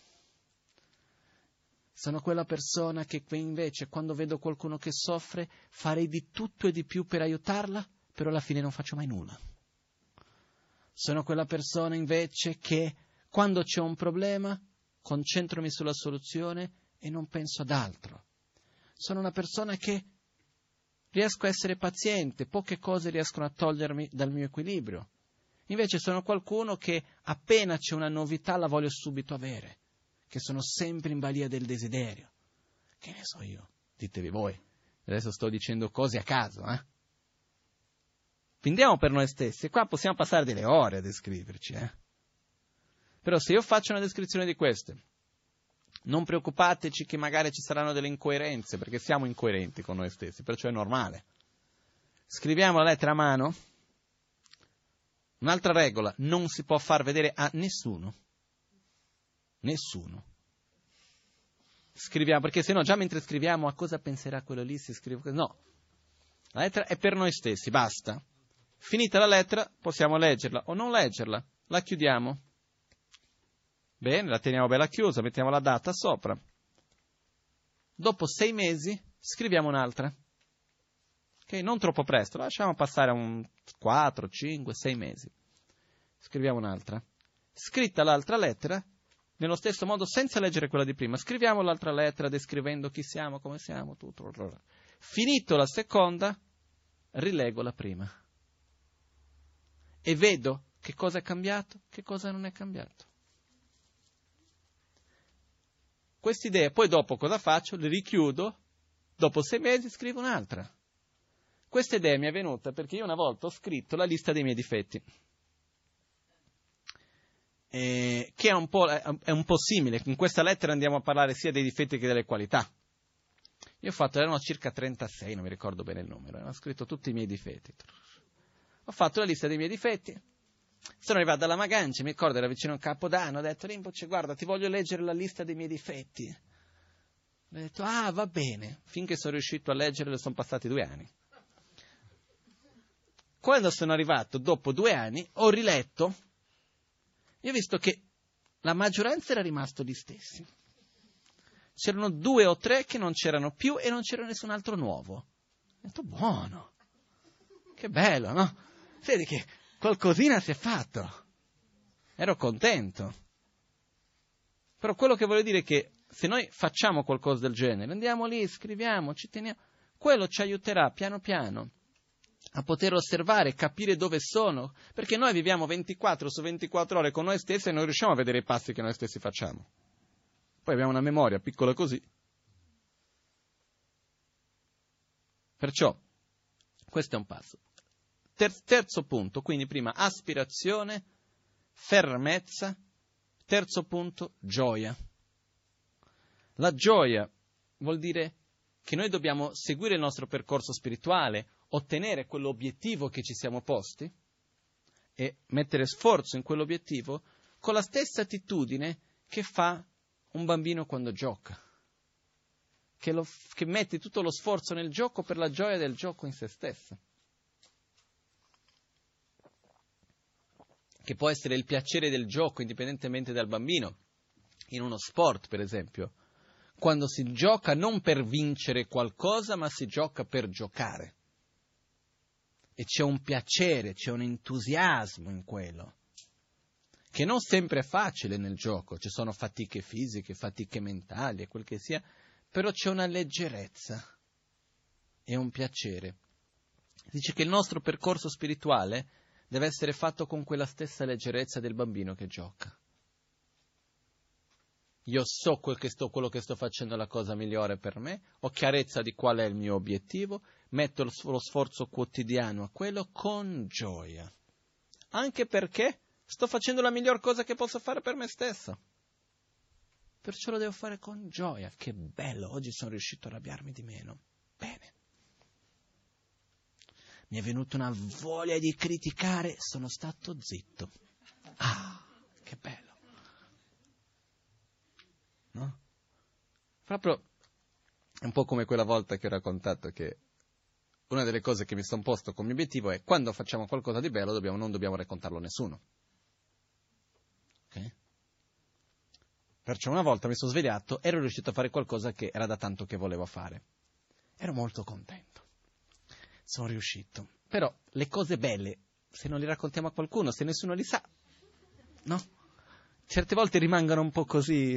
S1: Sono quella persona che invece quando vedo qualcuno che soffre farei di tutto e di più per aiutarla, però alla fine non faccio mai nulla. Sono quella persona invece che quando c'è un problema concentromi sulla soluzione e non penso ad altro. Sono una persona che riesco a essere paziente, poche cose riescono a togliermi dal mio equilibrio. Invece sono qualcuno che appena c'è una novità la voglio subito avere, che sono sempre in balia del desiderio. Che ne so io? Ditevi voi. Adesso sto dicendo cose a caso, eh? Prendiamo per noi stessi, qua possiamo passare delle ore a descriverci, eh? Però se io faccio una descrizione di queste, non preoccupateci che magari ci saranno delle incoerenze, perché siamo incoerenti con noi stessi, perciò è normale. Scriviamo la lettera a mano. Un'altra regola, non si può far vedere a nessuno. Nessuno. Scriviamo, perché se no già mentre scriviamo a cosa penserà quello lì se scrivo. No, la lettera è per noi stessi, basta. Finita la lettera possiamo leggerla o non leggerla, la chiudiamo. Bene, la teniamo bella chiusa, mettiamo la data sopra. Dopo sei mesi scriviamo un'altra. Ok, non troppo presto, lasciamo passare un quattro, cinque, sei mesi. Scriviamo un'altra. Scritta l'altra lettera, nello stesso modo, senza leggere quella di prima, scriviamo l'altra lettera descrivendo chi siamo, come siamo, tutto. Finito la seconda, rilego la prima. E vedo che cosa è cambiato, che cosa non è cambiato. Queste idee, poi dopo cosa faccio? Le richiudo, dopo sei mesi scrivo un'altra. Questa idea mi è venuta perché io una volta ho scritto la lista dei miei difetti, eh, che è un po', è un po' simile. In questa lettera andiamo a parlare sia dei difetti che delle qualità. Io ho fatto, erano circa trentasei, non mi ricordo bene il numero, ho scritto tutti i miei difetti. Ho fatto la lista dei miei difetti, sono arrivato alla Magancia, mi ricordo, era vicino a Capodanno, ho detto, Rinpoche, guarda, ti voglio leggere la lista dei miei difetti. Ho detto, ah, va bene, finché sono riuscito a leggerla sono passati due anni. Quando sono arrivato, dopo due anni, ho riletto e ho visto che la maggioranza era rimasto gli stessi. C'erano due o tre che non c'erano più e non c'era nessun altro nuovo. Ho detto, buono, che bello, no? Vedi che qualcosina si è fatto. Ero contento. Però quello che voglio dire è che se noi facciamo qualcosa del genere, andiamo lì, scriviamo, ci teniamo, quello ci aiuterà piano piano a poter osservare, capire dove sono, perché noi viviamo ventiquattro su ventiquattro ore con noi stessi e non riusciamo a vedere i passi che noi stessi facciamo. Poi abbiamo una memoria piccola così. Perciò, questo è un passo. Ter- terzo punto, quindi prima aspirazione, fermezza, terzo punto gioia. La gioia vuol dire che noi dobbiamo seguire il nostro percorso spirituale, ottenere quell'obiettivo che ci siamo posti e mettere sforzo in quell'obiettivo con la stessa attitudine che fa un bambino quando gioca, che, lo, che mette tutto lo sforzo nel gioco per la gioia del gioco in se stesso, che può essere il piacere del gioco indipendentemente dal bambino, in uno sport per esempio, quando si gioca non per vincere qualcosa ma si gioca per giocare. E c'è un piacere, c'è un entusiasmo in quello, che non sempre è facile nel gioco, ci sono fatiche fisiche, fatiche mentali e quel che sia, però c'è una leggerezza e un piacere. Dice che il nostro percorso spirituale deve essere fatto con quella stessa leggerezza del bambino che gioca. io so quel che sto, quello che sto facendo è la cosa migliore per me, ho chiarezza di qual è il mio obiettivo, metto lo, lo sforzo quotidiano a quello con gioia. Anche perché sto facendo la miglior cosa che posso fare per me stesso. Perciò lo devo fare con gioia. Che bello, oggi sono riuscito a arrabbiarmi di meno. Bene. Mi è venuta una voglia di criticare, sono stato zitto. Ah, che bello. No? Proprio è un po' come quella volta che ho raccontato che una delle cose che mi sono posto come obiettivo è quando facciamo qualcosa di bello dobbiamo, non dobbiamo raccontarlo a nessuno. Ok? Perciò una volta mi sono svegliato, ero riuscito a fare qualcosa che era da tanto che volevo fare. Ero molto contento. Sono riuscito. Però le cose belle, se non le raccontiamo a qualcuno, se nessuno li sa, no? Certe volte rimangono un po' così.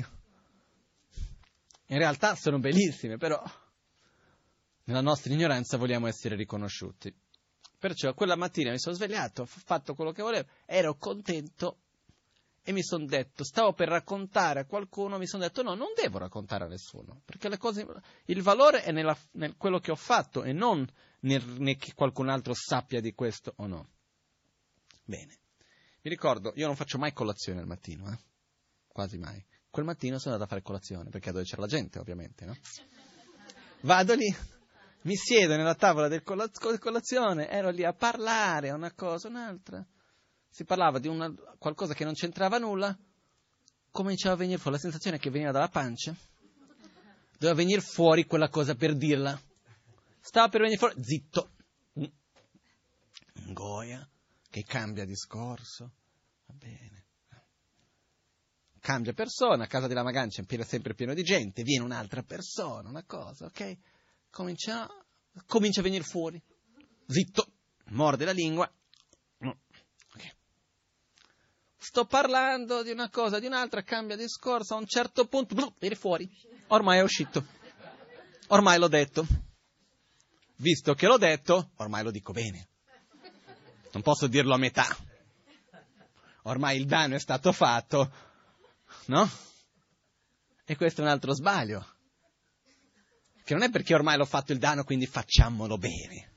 S1: In realtà sono bellissime, però nella nostra ignoranza vogliamo essere riconosciuti. Perciò quella mattina mi sono svegliato, ho fatto quello che volevo, ero contento. E mi sono detto, stavo per raccontare a qualcuno, mi sono detto no, non devo raccontare a nessuno, perché le cose, il valore è nella, nel quello che ho fatto e non nel, né che qualcun altro sappia di questo o no. Bene, mi ricordo, io non faccio mai colazione al mattino, eh? Quasi mai. Quel mattino sono andato a fare colazione, perché dove c'era la gente ovviamente, no? Vado lì, mi siedo nella tavola del colaz- colazione, ero lì a parlare, una cosa, un'altra. Si parlava di una, qualcosa che non c'entrava nulla, cominciava a venire fuori la sensazione che veniva dalla pancia, doveva venire fuori quella cosa per dirla, stava per venire fuori, zitto, Goya, che cambia discorso, va bene, cambia persona, a casa della Magancia è sempre pieno di gente, viene un'altra persona, una cosa, ok, comincia, comincia a venire fuori, zitto, morde la lingua, sto parlando di una cosa, di un'altra, cambia discorso, a un certo punto, blu, viene fuori. Ormai è uscito. Ormai l'ho detto. Visto che l'ho detto, ormai lo dico bene. Non posso dirlo a metà. Ormai il danno è stato fatto, no? E questo è un altro sbaglio. Che non è perché ormai l'ho fatto il danno, quindi facciamolo bene.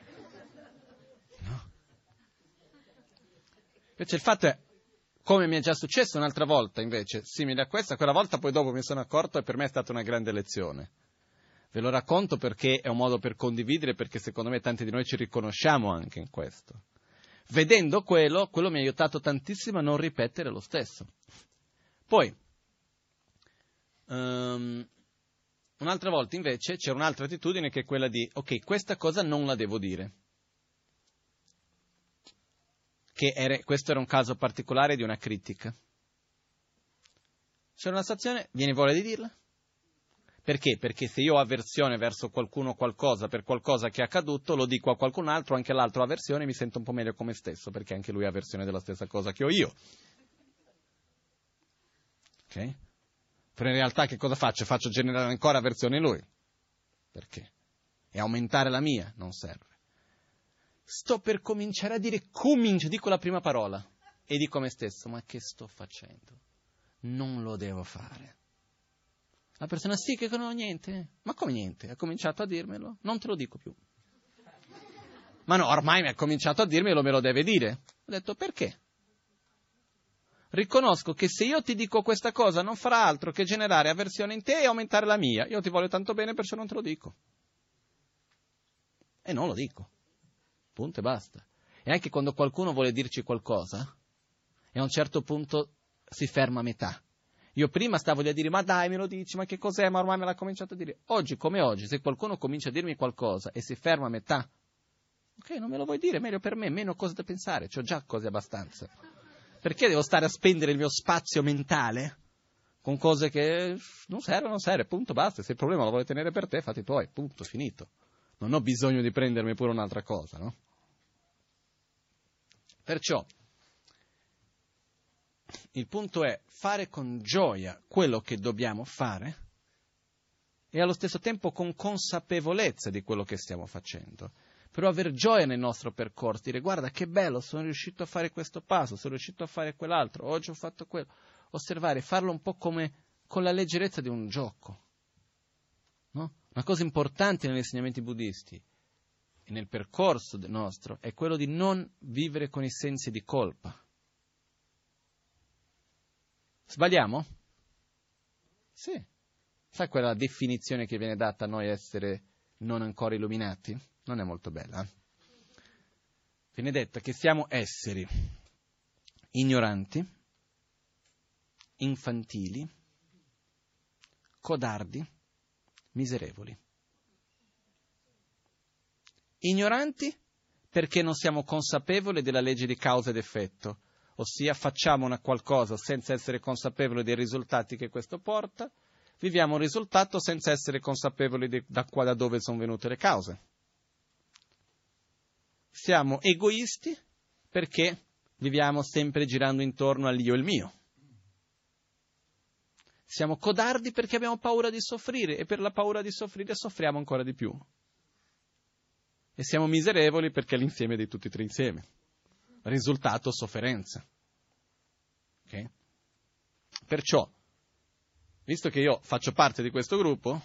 S1: No? Invece il fatto è, come mi è già successo un'altra volta, invece, simile a questa, quella volta poi dopo mi sono accorto e per me è stata una grande lezione. Ve lo racconto perché è un modo per condividere, perché secondo me tanti di noi ci riconosciamo anche in questo. Vedendo quello, quello mi ha aiutato tantissimo a non ripetere lo stesso. Poi, um, un'altra volta invece c'era un'altra attitudine che è quella di, ok, questa cosa non la devo dire. Che era, questo era un caso particolare di una critica. C'è una situazione, viene voglia di dirla. Perché? Perché se io ho avversione verso qualcuno o qualcosa per qualcosa che è accaduto, lo dico a qualcun altro, anche l'altro ha avversione, mi sento un po' meglio con me stesso, perché anche lui ha avversione della stessa cosa che ho io. Ok? Però in realtà che cosa faccio? Faccio generare ancora avversione in lui. Perché? E aumentare la mia non serve. Sto per cominciare a dire, comincio, dico la prima parola e dico a me stesso, ma che sto facendo? Non lo devo fare. La persona, sì, che non ho niente. Ma come niente? Ha cominciato a dirmelo? Non te lo dico più. Ma no, ormai mi ha cominciato a dirmelo, me lo deve dire. Ho detto, perché? Riconosco che se io ti dico questa cosa non farà altro che generare avversione in te e aumentare la mia. Io ti voglio tanto bene, perciò non te lo dico. E non lo dico. Punto e basta. E anche quando qualcuno vuole dirci qualcosa, e a un certo punto si ferma a metà. Io prima stavo lì a dire, ma dai, me lo dici, ma che cos'è? Ma ormai me l'ha cominciato a dire. Oggi, come oggi, se qualcuno comincia a dirmi qualcosa e si ferma a metà, ok, non me lo vuoi dire, meglio per me, meno cose da pensare, c'ho già cose abbastanza. Perché devo stare a spendere il mio spazio mentale con cose che non servono, non serve, punto, basta. Se il problema lo vuoi tenere per te, fatti tuoi, punto, finito. Non ho bisogno di prendermi pure un'altra cosa, no? Perciò, il punto è fare con gioia quello che dobbiamo fare e allo stesso tempo con consapevolezza di quello che stiamo facendo. Però aver gioia nel nostro percorso, dire guarda che bello, sono riuscito a fare questo passo, sono riuscito a fare quell'altro, oggi ho fatto quello. Osservare, farlo un po' come con la leggerezza di un gioco. No? Una cosa importante negli insegnamenti buddisti e nel percorso nostro è quello di non vivere con i sensi di colpa. Sbagliamo? Sì. Sai quella definizione che viene data a noi essere non ancora illuminati? Non è molto bella. Eh? Viene detta che siamo esseri ignoranti, infantili, codardi, miserevoli. Ignoranti perché non siamo consapevoli della legge di causa ed effetto, ossia facciamo una qualcosa senza essere consapevoli dei risultati che questo porta, viviamo un risultato senza essere consapevoli di, da qua da dove sono venute le cause. Siamo egoisti perché viviamo sempre girando intorno all'io e il mio. Siamo codardi perché abbiamo paura di soffrire e per la paura di soffrire soffriamo ancora di più. E siamo miserevoli perché è l'insieme di tutti e tre insieme. Risultato sofferenza. Okay? Perciò, visto che io faccio parte di questo gruppo,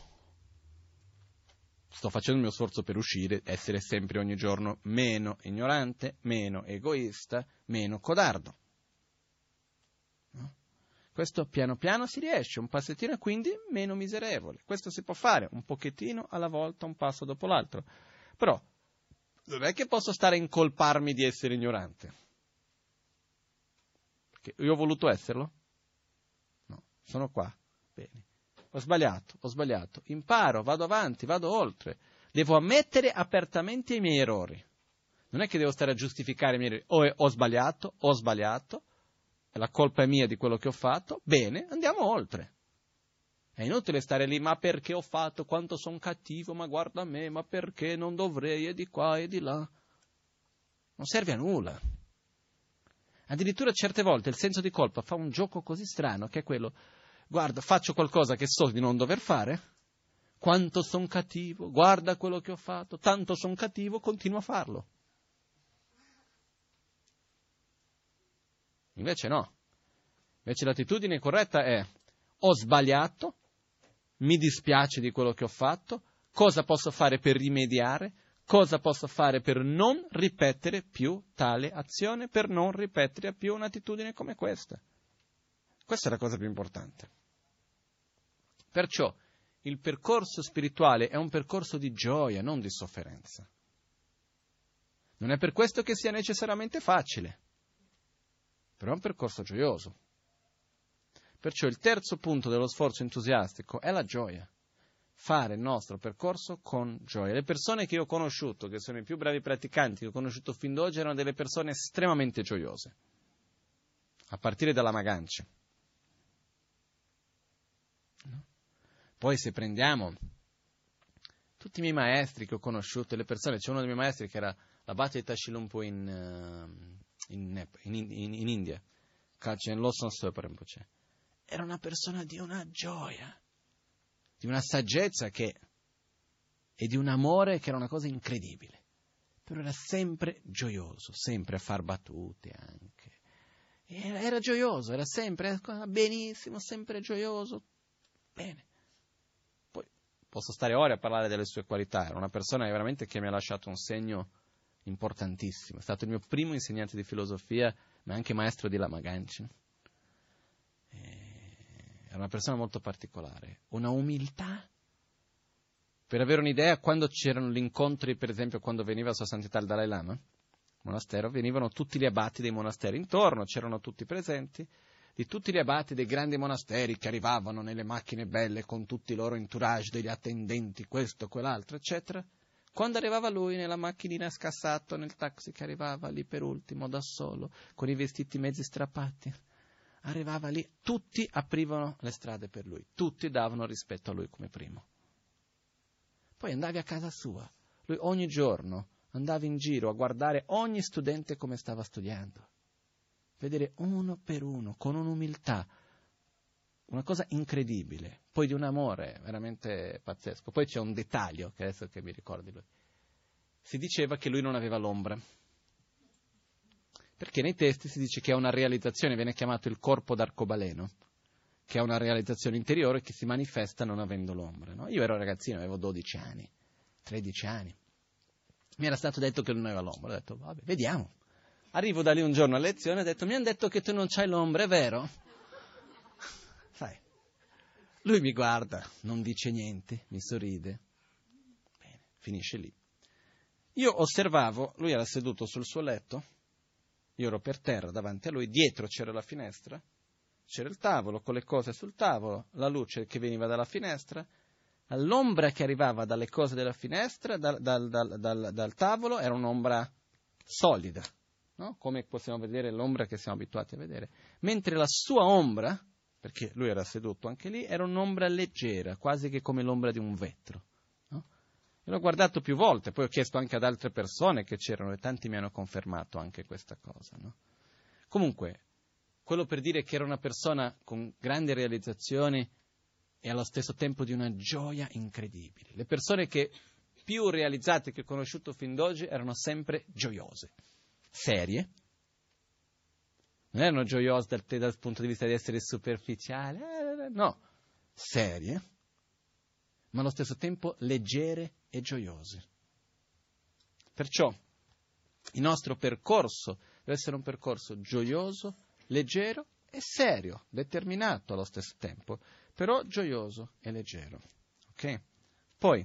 S1: sto facendo il mio sforzo per uscire, essere sempre ogni giorno meno ignorante, meno egoista, meno codardo. No? Questo piano piano si riesce, un passettino e quindi meno miserevole. Questo si può fare un pochettino alla volta, un passo dopo l'altro. Però non è che posso stare a incolparmi di essere ignorante. Perché io ho voluto esserlo? No, sono qua. Bene. Ho sbagliato, ho sbagliato. Imparo, vado avanti, vado oltre. Devo ammettere apertamente i miei errori. Non è che devo stare a giustificare i miei errori. O ho sbagliato, ho sbagliato, la colpa è mia di quello che ho fatto. Bene, andiamo oltre. È inutile stare lì, ma perché ho fatto, quanto sono cattivo, ma guarda me, ma perché non dovrei, e di qua e di là. Non serve a nulla. Addirittura certe volte il senso di colpa fa un gioco così strano, che è quello, guarda, faccio qualcosa che so di non dover fare, quanto sono cattivo, guarda quello che ho fatto, tanto sono cattivo, continuo a farlo. Invece no. Invece l'attitudine corretta è, ho sbagliato, mi dispiace di quello che ho fatto, cosa posso fare per rimediare, cosa posso fare per non ripetere più tale azione, per non ripetere più un'attitudine come questa. Questa è la cosa più importante. Perciò il percorso spirituale è un percorso di gioia, non di sofferenza. Non è per questo che sia necessariamente facile, però è un percorso gioioso. Perciò il terzo punto dello sforzo entusiastico è la gioia. Fare il nostro percorso con gioia. Le persone che io ho conosciuto, che sono i più bravi praticanti che ho conosciuto fin d'oggi, erano delle persone estremamente gioiose, a partire dalla Magancia. No? Poi se prendiamo tutti i miei maestri che ho conosciuto, le persone, c'è uno dei miei maestri che era l'abate di Tashilumpo in, in, in, in, in India, Kachin Losson Sopa Rinpoche. Era una persona di una gioia, di una saggezza che, e di un amore che era una cosa incredibile. Però era sempre gioioso, sempre a far battute anche. Era, era gioioso, era sempre benissimo, sempre gioioso. Bene. Poi posso stare ore a parlare delle sue qualità. Era una persona che veramente che mi ha lasciato un segno importantissimo. È stato il mio primo insegnante di filosofia, ma anche maestro di Lama Ganchen. Era una persona molto particolare, una umiltà. Per avere un'idea, quando c'erano gli incontri, per esempio, quando veniva Sua Santità il Dalai Lama, monastero, venivano tutti gli abati dei monasteri intorno, c'erano tutti presenti, di tutti gli abati dei grandi monasteri che arrivavano nelle macchine belle con tutti i loro entourage, degli attendenti, questo, quell'altro, eccetera. Quando arrivava lui nella macchinina scassato, nel taxi che arrivava lì per ultimo, da solo, con i vestiti mezzi strappati, arrivava lì, tutti aprivano le strade per lui, tutti davano rispetto a lui come primo. Poi andavi a casa sua, lui ogni giorno andava in giro a guardare ogni studente come stava studiando, vedere uno per uno, con un'umiltà, una cosa incredibile, poi di un amore veramente pazzesco. Poi c'è un dettaglio, che adesso che mi ricordi lui, si diceva che lui non aveva l'ombra, perché nei testi si dice che è una realizzazione, viene chiamato il corpo d'arcobaleno, che ha una realizzazione interiore che si manifesta non avendo l'ombra. No? Io ero ragazzino, avevo dodici anni, tredici anni. Mi era stato detto che non aveva l'ombra. Ho detto, vabbè, vediamo. Arrivo da lì un giorno a lezione e ho detto, mi hanno detto che tu non c'hai l'ombra, è vero? Sai, lui mi guarda, non dice niente, mi sorride. Bene, finisce lì. Io osservavo, lui era seduto sul suo letto, io ero per terra davanti a lui, dietro c'era la finestra, c'era il tavolo con le cose sul tavolo, la luce che veniva dalla finestra, l'ombra che arrivava dalle cose della finestra, dal, dal, dal, dal, dal tavolo, era un'ombra solida, no? Come possiamo vedere l'ombra che siamo abituati a vedere. Mentre la sua ombra, perché lui era seduto anche lì, era un'ombra leggera, quasi che come l'ombra di un vetro. No? E l'ho guardato più volte, poi ho chiesto anche ad altre persone che c'erano e tanti mi hanno confermato anche questa cosa. No? Comunque, quello per dire che era una persona con grandi realizzazioni e allo stesso tempo di una gioia incredibile. Le persone che più realizzate che ho conosciuto fin d'oggi erano sempre gioiose, serie. Non erano gioiose dal, dal punto di vista di essere superficiali, eh, no, serie, ma allo stesso tempo leggere e gioiose. Perciò il nostro percorso deve essere un percorso gioioso, leggero e serio, determinato allo stesso tempo, però gioioso e leggero. Ok? Poi,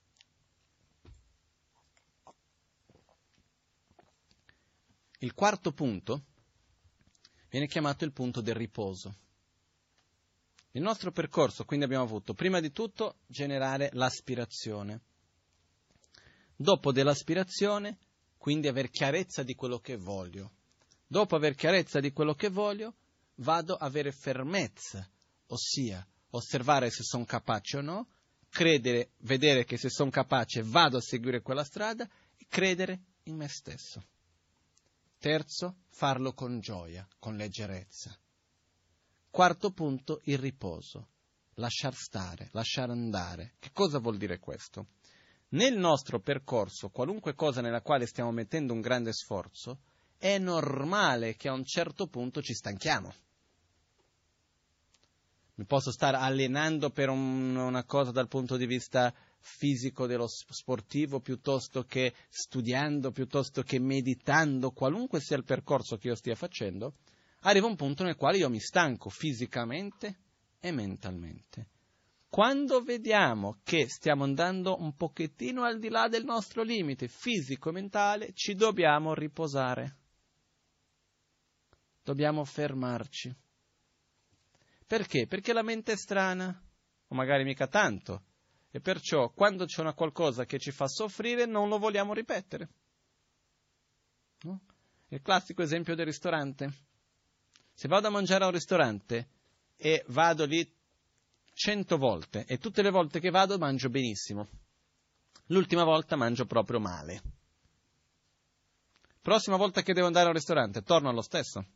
S1: il quarto punto viene chiamato il punto del riposo. Il nostro percorso, quindi abbiamo avuto, prima di tutto, generare l'aspirazione. Dopo dell'aspirazione, quindi aver chiarezza di quello che voglio. Dopo aver chiarezza di quello che voglio, vado a avere fermezza, ossia osservare se sono capace o no, credere, vedere che se sono capace vado a seguire quella strada e credere in me stesso. Terzo, farlo con gioia, con leggerezza. Quarto punto, il riposo, lasciar stare, lasciare andare. Che cosa vuol dire questo? Nel nostro percorso, qualunque cosa nella quale stiamo mettendo un grande sforzo, è normale che a un certo punto ci stanchiamo. Mi posso stare allenando per un, una cosa dal punto di vista fisico dello sportivo, piuttosto che studiando, piuttosto che meditando, qualunque sia il percorso che io stia facendo, arriva un punto nel quale io mi stanco fisicamente e mentalmente. Quando vediamo che stiamo andando un pochettino al di là del nostro limite fisico e mentale, ci dobbiamo riposare. Dobbiamo fermarci. Perché? Perché la mente è strana, o magari mica tanto, e perciò quando c'è una qualcosa che ci fa soffrire non lo vogliamo ripetere. No? Il classico esempio del ristorante. Se vado a mangiare a un ristorante e vado lì cento volte, e tutte le volte che vado mangio benissimo, l'ultima volta mangio proprio male. Prossima volta che devo andare al ristorante, torno allo stesso.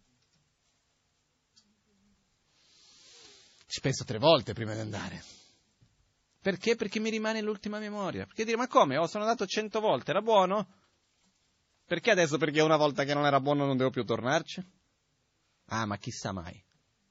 S1: Ci penso tre volte prima di andare. Perché? Perché mi rimane l'ultima memoria. Perché dire, ma come? Oh, sono andato cento volte, era buono? Perché adesso, perché una volta che non era buono non devo più tornarci? Ah, ma chissà mai.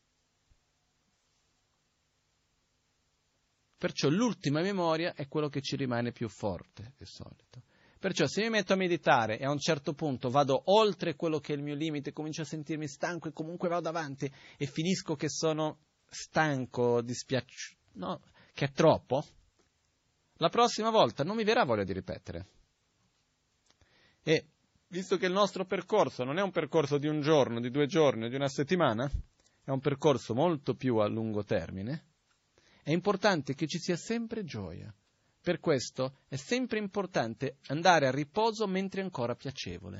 S1: Perciò l'ultima memoria è quello che ci rimane più forte di solito. Perciò se mi metto a meditare e a un certo punto vado oltre quello che è il mio limite, comincio a sentirmi stanco e comunque vado avanti e finisco che sono stanco, dispiaciuto, no, che è troppo, la prossima volta non mi verrà voglia di ripetere. E visto che il nostro percorso non è un percorso di un giorno, di due giorni, di una settimana, è un percorso molto più a lungo termine, è importante che ci sia sempre gioia. Per questo è sempre importante andare a riposo mentre è ancora piacevole.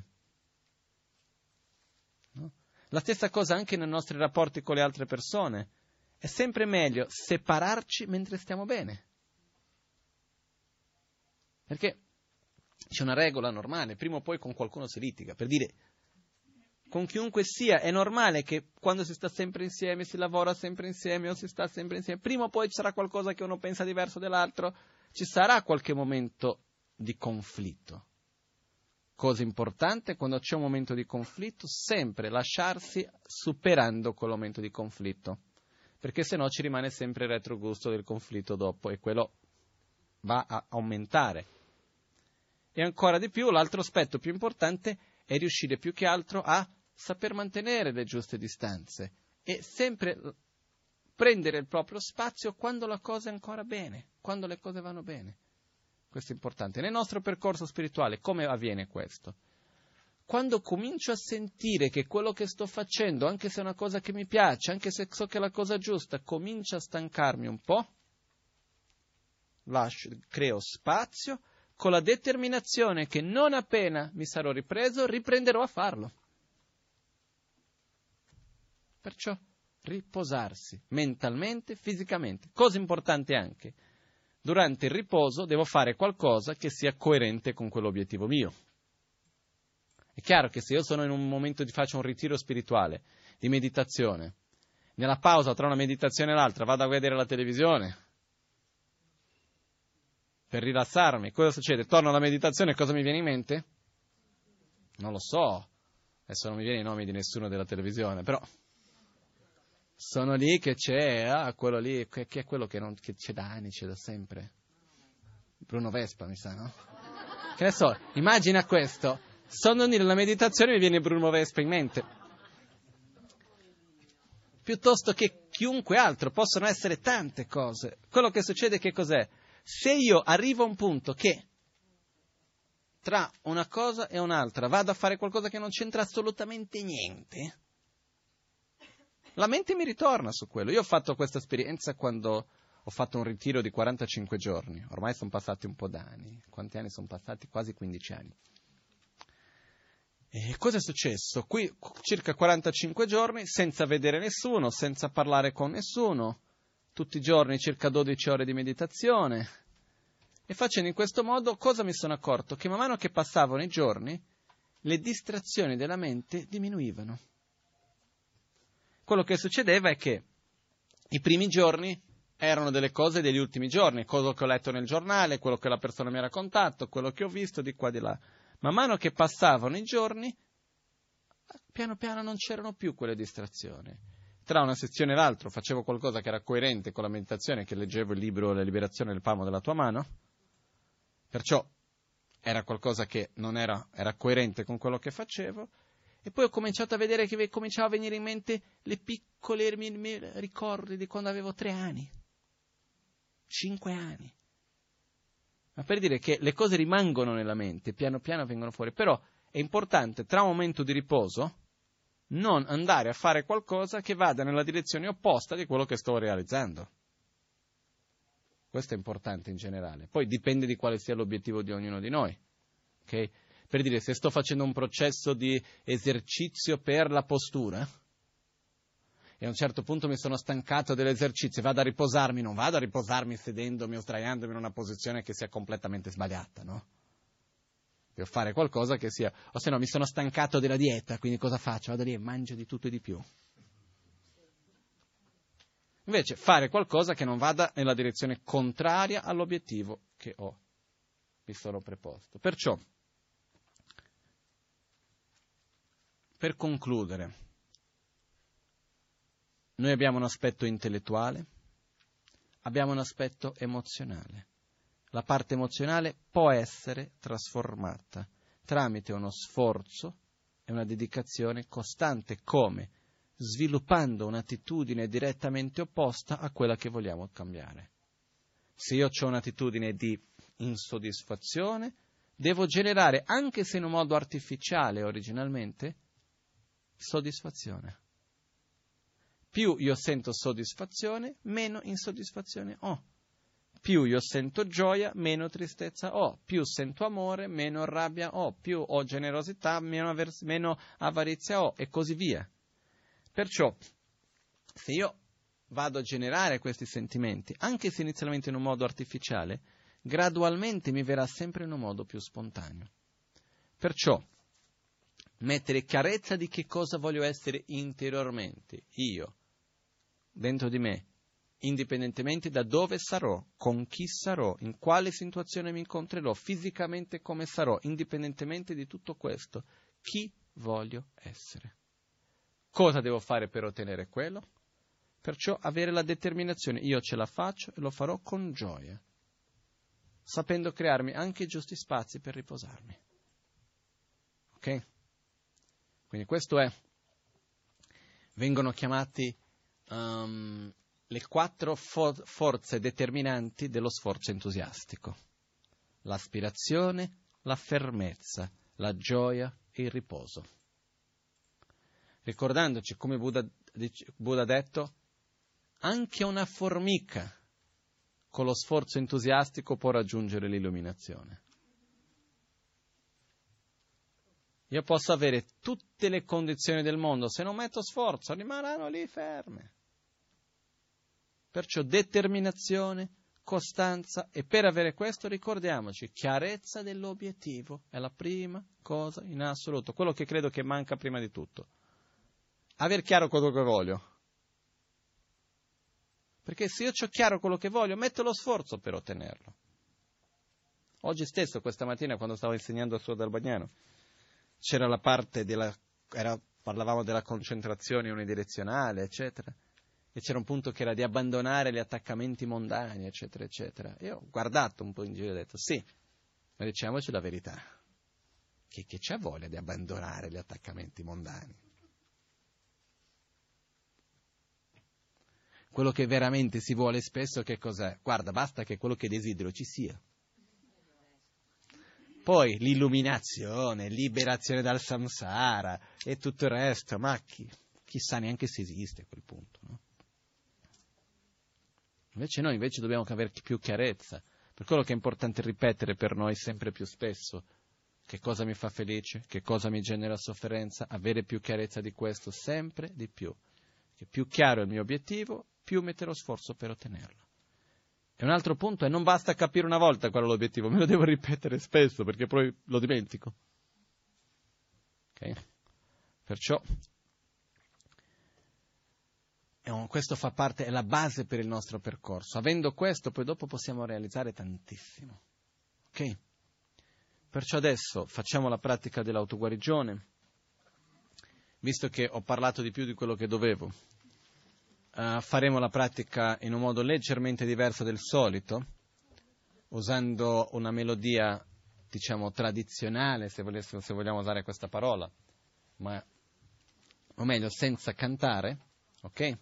S1: No? La stessa cosa anche nei nostri rapporti con le altre persone. È sempre meglio separarci mentre stiamo bene. Perché c'è una regola normale, prima o poi con qualcuno si litiga, per dire, con chiunque sia, è normale che quando si sta sempre insieme, si lavora sempre insieme o si sta sempre insieme, prima o poi ci sarà qualcosa che uno pensa diverso dell'altro, ci sarà qualche momento di conflitto. Cosa importante, quando c'è un momento di conflitto, sempre lasciarsi superando quel momento di conflitto. perché se no ci rimane sempre il retrogusto del conflitto dopo e quello va a aumentare. E ancora di più, l'altro aspetto più importante è riuscire più che altro a saper mantenere le giuste distanze e sempre prendere il proprio spazio quando la cosa è ancora bene, quando le cose vanno bene. Questo è importante. Nel nostro percorso spirituale come avviene questo? Quando comincio a sentire che quello che sto facendo, anche se è una cosa che mi piace, anche se so che è la cosa giusta, comincia a stancarmi un po', lascio, creo spazio, con la determinazione che non appena mi sarò ripreso, riprenderò a farlo. Perciò riposarsi mentalmente, fisicamente. Cosa importante anche, durante il riposo devo fare qualcosa che sia coerente con quell'obiettivo mio. È chiaro che se io sono in un momento di faccio un ritiro spirituale, di meditazione, nella pausa tra una meditazione e l'altra vado a vedere la televisione per rilassarmi, cosa succede? Torno alla meditazione e cosa mi viene in mente? Non lo so, adesso non mi viene i nomi di nessuno della televisione, però sono lì che c'è, ah, quello lì, che, che è quello che, non, che c'è da anni, c'è da sempre. Bruno Vespa, mi sa, no? Che ne so, immagina questo. Sono nella meditazione e mi viene Bruno Vespa in mente. Piuttosto che chiunque altro, possono essere tante cose. Quello che succede che cos'è? Se io arrivo a un punto che tra una cosa e un'altra vado a fare qualcosa che non c'entra assolutamente niente, la mente mi ritorna su quello. Io ho fatto questa esperienza quando ho fatto un ritiro di quarantacinque giorni. Ormai sono passati un po' d'anni. Quanti anni sono passati? Quasi quindici anni. E cosa è successo? Qui circa quarantacinque giorni senza vedere nessuno, senza parlare con nessuno, tutti i giorni circa dodici ore di meditazione. E facendo in questo modo, cosa mi sono accorto? Che man mano che passavano i giorni, le distrazioni della mente diminuivano. Quello che succedeva è che i primi giorni erano delle cose degli ultimi giorni, cosa che ho letto nel giornale, quello che la persona mi ha raccontato, quello che ho visto di qua e di là. Man mano che passavano i giorni, piano piano non c'erano più quelle distrazioni. Tra una sezione e l'altra facevo qualcosa che era coerente con la meditazione, che leggevo il libro La liberazione del palmo della tua mano, perciò era qualcosa che non era, era coerente con quello che facevo, e poi ho cominciato a vedere che cominciava a venire in mente le piccole ricordi di quando avevo tre anni, cinque anni. Ma per dire che le cose rimangono nella mente, piano piano vengono fuori. Però è importante, tra un momento di riposo, non andare a fare qualcosa che vada nella direzione opposta di quello che sto realizzando. Questo è importante in generale. Poi dipende di quale sia l'obiettivo di ognuno di noi. Okay? Per dire, se sto facendo un processo di esercizio per la postura, e a un certo punto mi sono stancato dell'esercizio, vado a riposarmi, non vado a riposarmi sedendomi o sdraiandomi in una posizione che sia completamente sbagliata, no? Devo fare qualcosa che sia, o se no mi sono stancato della dieta, quindi cosa faccio? Vado lì e mangio di tutto e di più. Invece fare qualcosa che non vada nella direzione contraria all'obiettivo che ho, mi sono preposto. Perciò, per concludere, noi abbiamo un aspetto intellettuale, abbiamo un aspetto emozionale. La parte emozionale può essere trasformata tramite uno sforzo e una dedicazione costante, come sviluppando un'attitudine direttamente opposta a quella che vogliamo cambiare. Se io ho un'attitudine di insoddisfazione, devo generare, anche se in un modo artificiale originalmente, soddisfazione. Più io sento soddisfazione, meno insoddisfazione ho. Più io sento gioia, meno tristezza ho. Più sento amore, meno rabbia ho. Più ho generosità, meno, avers- meno avarizia ho, e così via. Perciò, se io vado a generare questi sentimenti, anche se inizialmente in un modo artificiale, gradualmente mi verrà sempre in un modo più spontaneo. Perciò, mettere chiarezza di che cosa voglio essere interiormente, io, dentro di me, indipendentemente da dove sarò, con chi sarò, in quale situazione mi incontrerò, fisicamente come sarò, indipendentemente di tutto questo, chi voglio essere. Cosa devo fare per ottenere quello? Perciò avere la determinazione, io ce la faccio e lo farò con gioia, sapendo crearmi anche i giusti spazi per riposarmi. Ok? Quindi questo è, vengono chiamati um, le quattro for- forze determinanti dello sforzo entusiastico. L'aspirazione, la fermezza, la gioia e il riposo. Ricordandoci, come Buddha, Buddha ha detto, anche una formica con lo sforzo entusiastico può raggiungere l'illuminazione. Io posso avere tutte le condizioni del mondo, se non metto sforzo rimarranno lì ferme. Perciò determinazione, costanza, e per avere questo ricordiamoci, chiarezza dell'obiettivo è la prima cosa in assoluto, quello che credo che manca prima di tutto. Aver chiaro quello che voglio. Perché se io ho chiaro quello che voglio, metto lo sforzo per ottenerlo. Oggi stesso, questa mattina, quando stavo insegnando a Suor Dalbagnano, c'era la parte della, era, parlavamo della concentrazione unidirezionale, eccetera, e c'era un punto che era di abbandonare gli attaccamenti mondani, eccetera, eccetera. E ho guardato un po' in giro e ho detto, sì, ma diciamoci la verità, che, che c'è voglia di abbandonare gli attaccamenti mondani? Quello che veramente si vuole spesso che cos'è? Guarda, basta che quello che desidero ci sia. Poi l'illuminazione, liberazione dal samsara e tutto il resto, ma chi, chissà neanche se esiste a quel punto, no? Invece noi invece dobbiamo avere più chiarezza. Per quello che è importante ripetere per noi sempre più spesso che cosa mi fa felice, che cosa mi genera sofferenza, avere più chiarezza di questo sempre di più. Che più chiaro è il mio obiettivo, più metterò sforzo per ottenerlo. E un altro punto è non basta capire una volta qual è l'obiettivo, me lo devo ripetere spesso perché poi lo dimentico. Ok? Perciò questo fa parte, è la base per il nostro percorso. Avendo questo, poi dopo possiamo realizzare tantissimo. Ok? Perciò adesso facciamo la pratica dell'autoguarigione, visto che ho parlato di più di quello che dovevo. Uh, faremo la pratica in un modo leggermente diverso del solito, usando una melodia, diciamo, tradizionale, se, volessimo, se vogliamo usare questa parola, ma, o meglio, senza cantare, ok?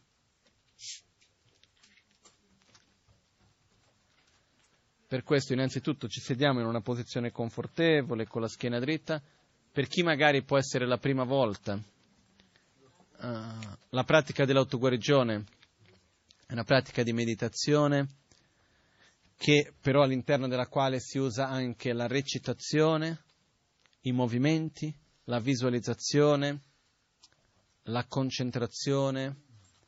S1: Per questo innanzitutto ci sediamo in una posizione confortevole, con la schiena dritta. Per chi magari può essere la prima volta, uh, la pratica dell'autoguarigione è una pratica di meditazione, che però all'interno della quale si usa anche la recitazione, i movimenti, la visualizzazione, la concentrazione,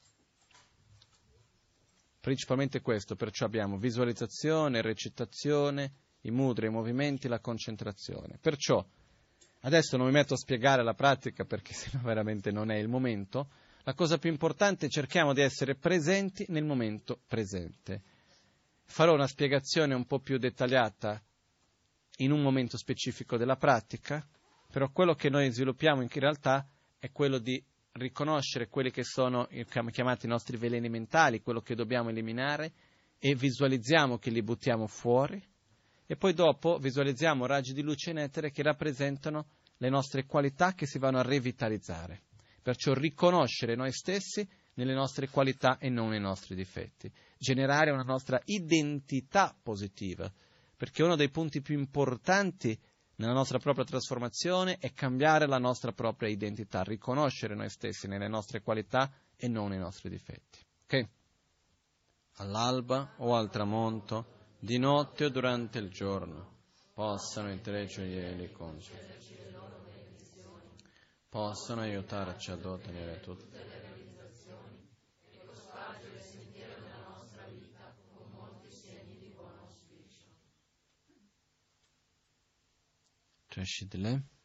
S1: principalmente questo, perciò abbiamo visualizzazione, recitazione, i mudra, i movimenti, la concentrazione. Perciò, adesso non mi metto a spiegare la pratica perché sennò veramente non è il momento, la cosa più importante è cerchiamo di essere presenti nel momento presente. Farò una spiegazione un po' più dettagliata in un momento specifico della pratica, però quello che noi sviluppiamo in realtà è quello di riconoscere quelli che sono chiamati i nostri veleni mentali, quello che dobbiamo eliminare, e visualizziamo che li buttiamo fuori, e poi dopo visualizziamo raggi di luce in etere che rappresentano le nostre qualità che si vanno a revitalizzare. Perciò riconoscere noi stessi nelle nostre qualità e non nei nostri difetti. Generare una nostra identità positiva, perché uno dei punti più importanti nella nostra propria trasformazione è cambiare la nostra propria identità, riconoscere noi stessi nelle nostre qualità e non nei nostri difetti. Ok? All'alba o al tramonto, di notte o durante il giorno, possano i tre gioielli concederci, possano aiutarci ad ottenere tutte le realizzazioni e cospargere il sentiero della nostra vita con molti segni di buon auspicio. Crescidile.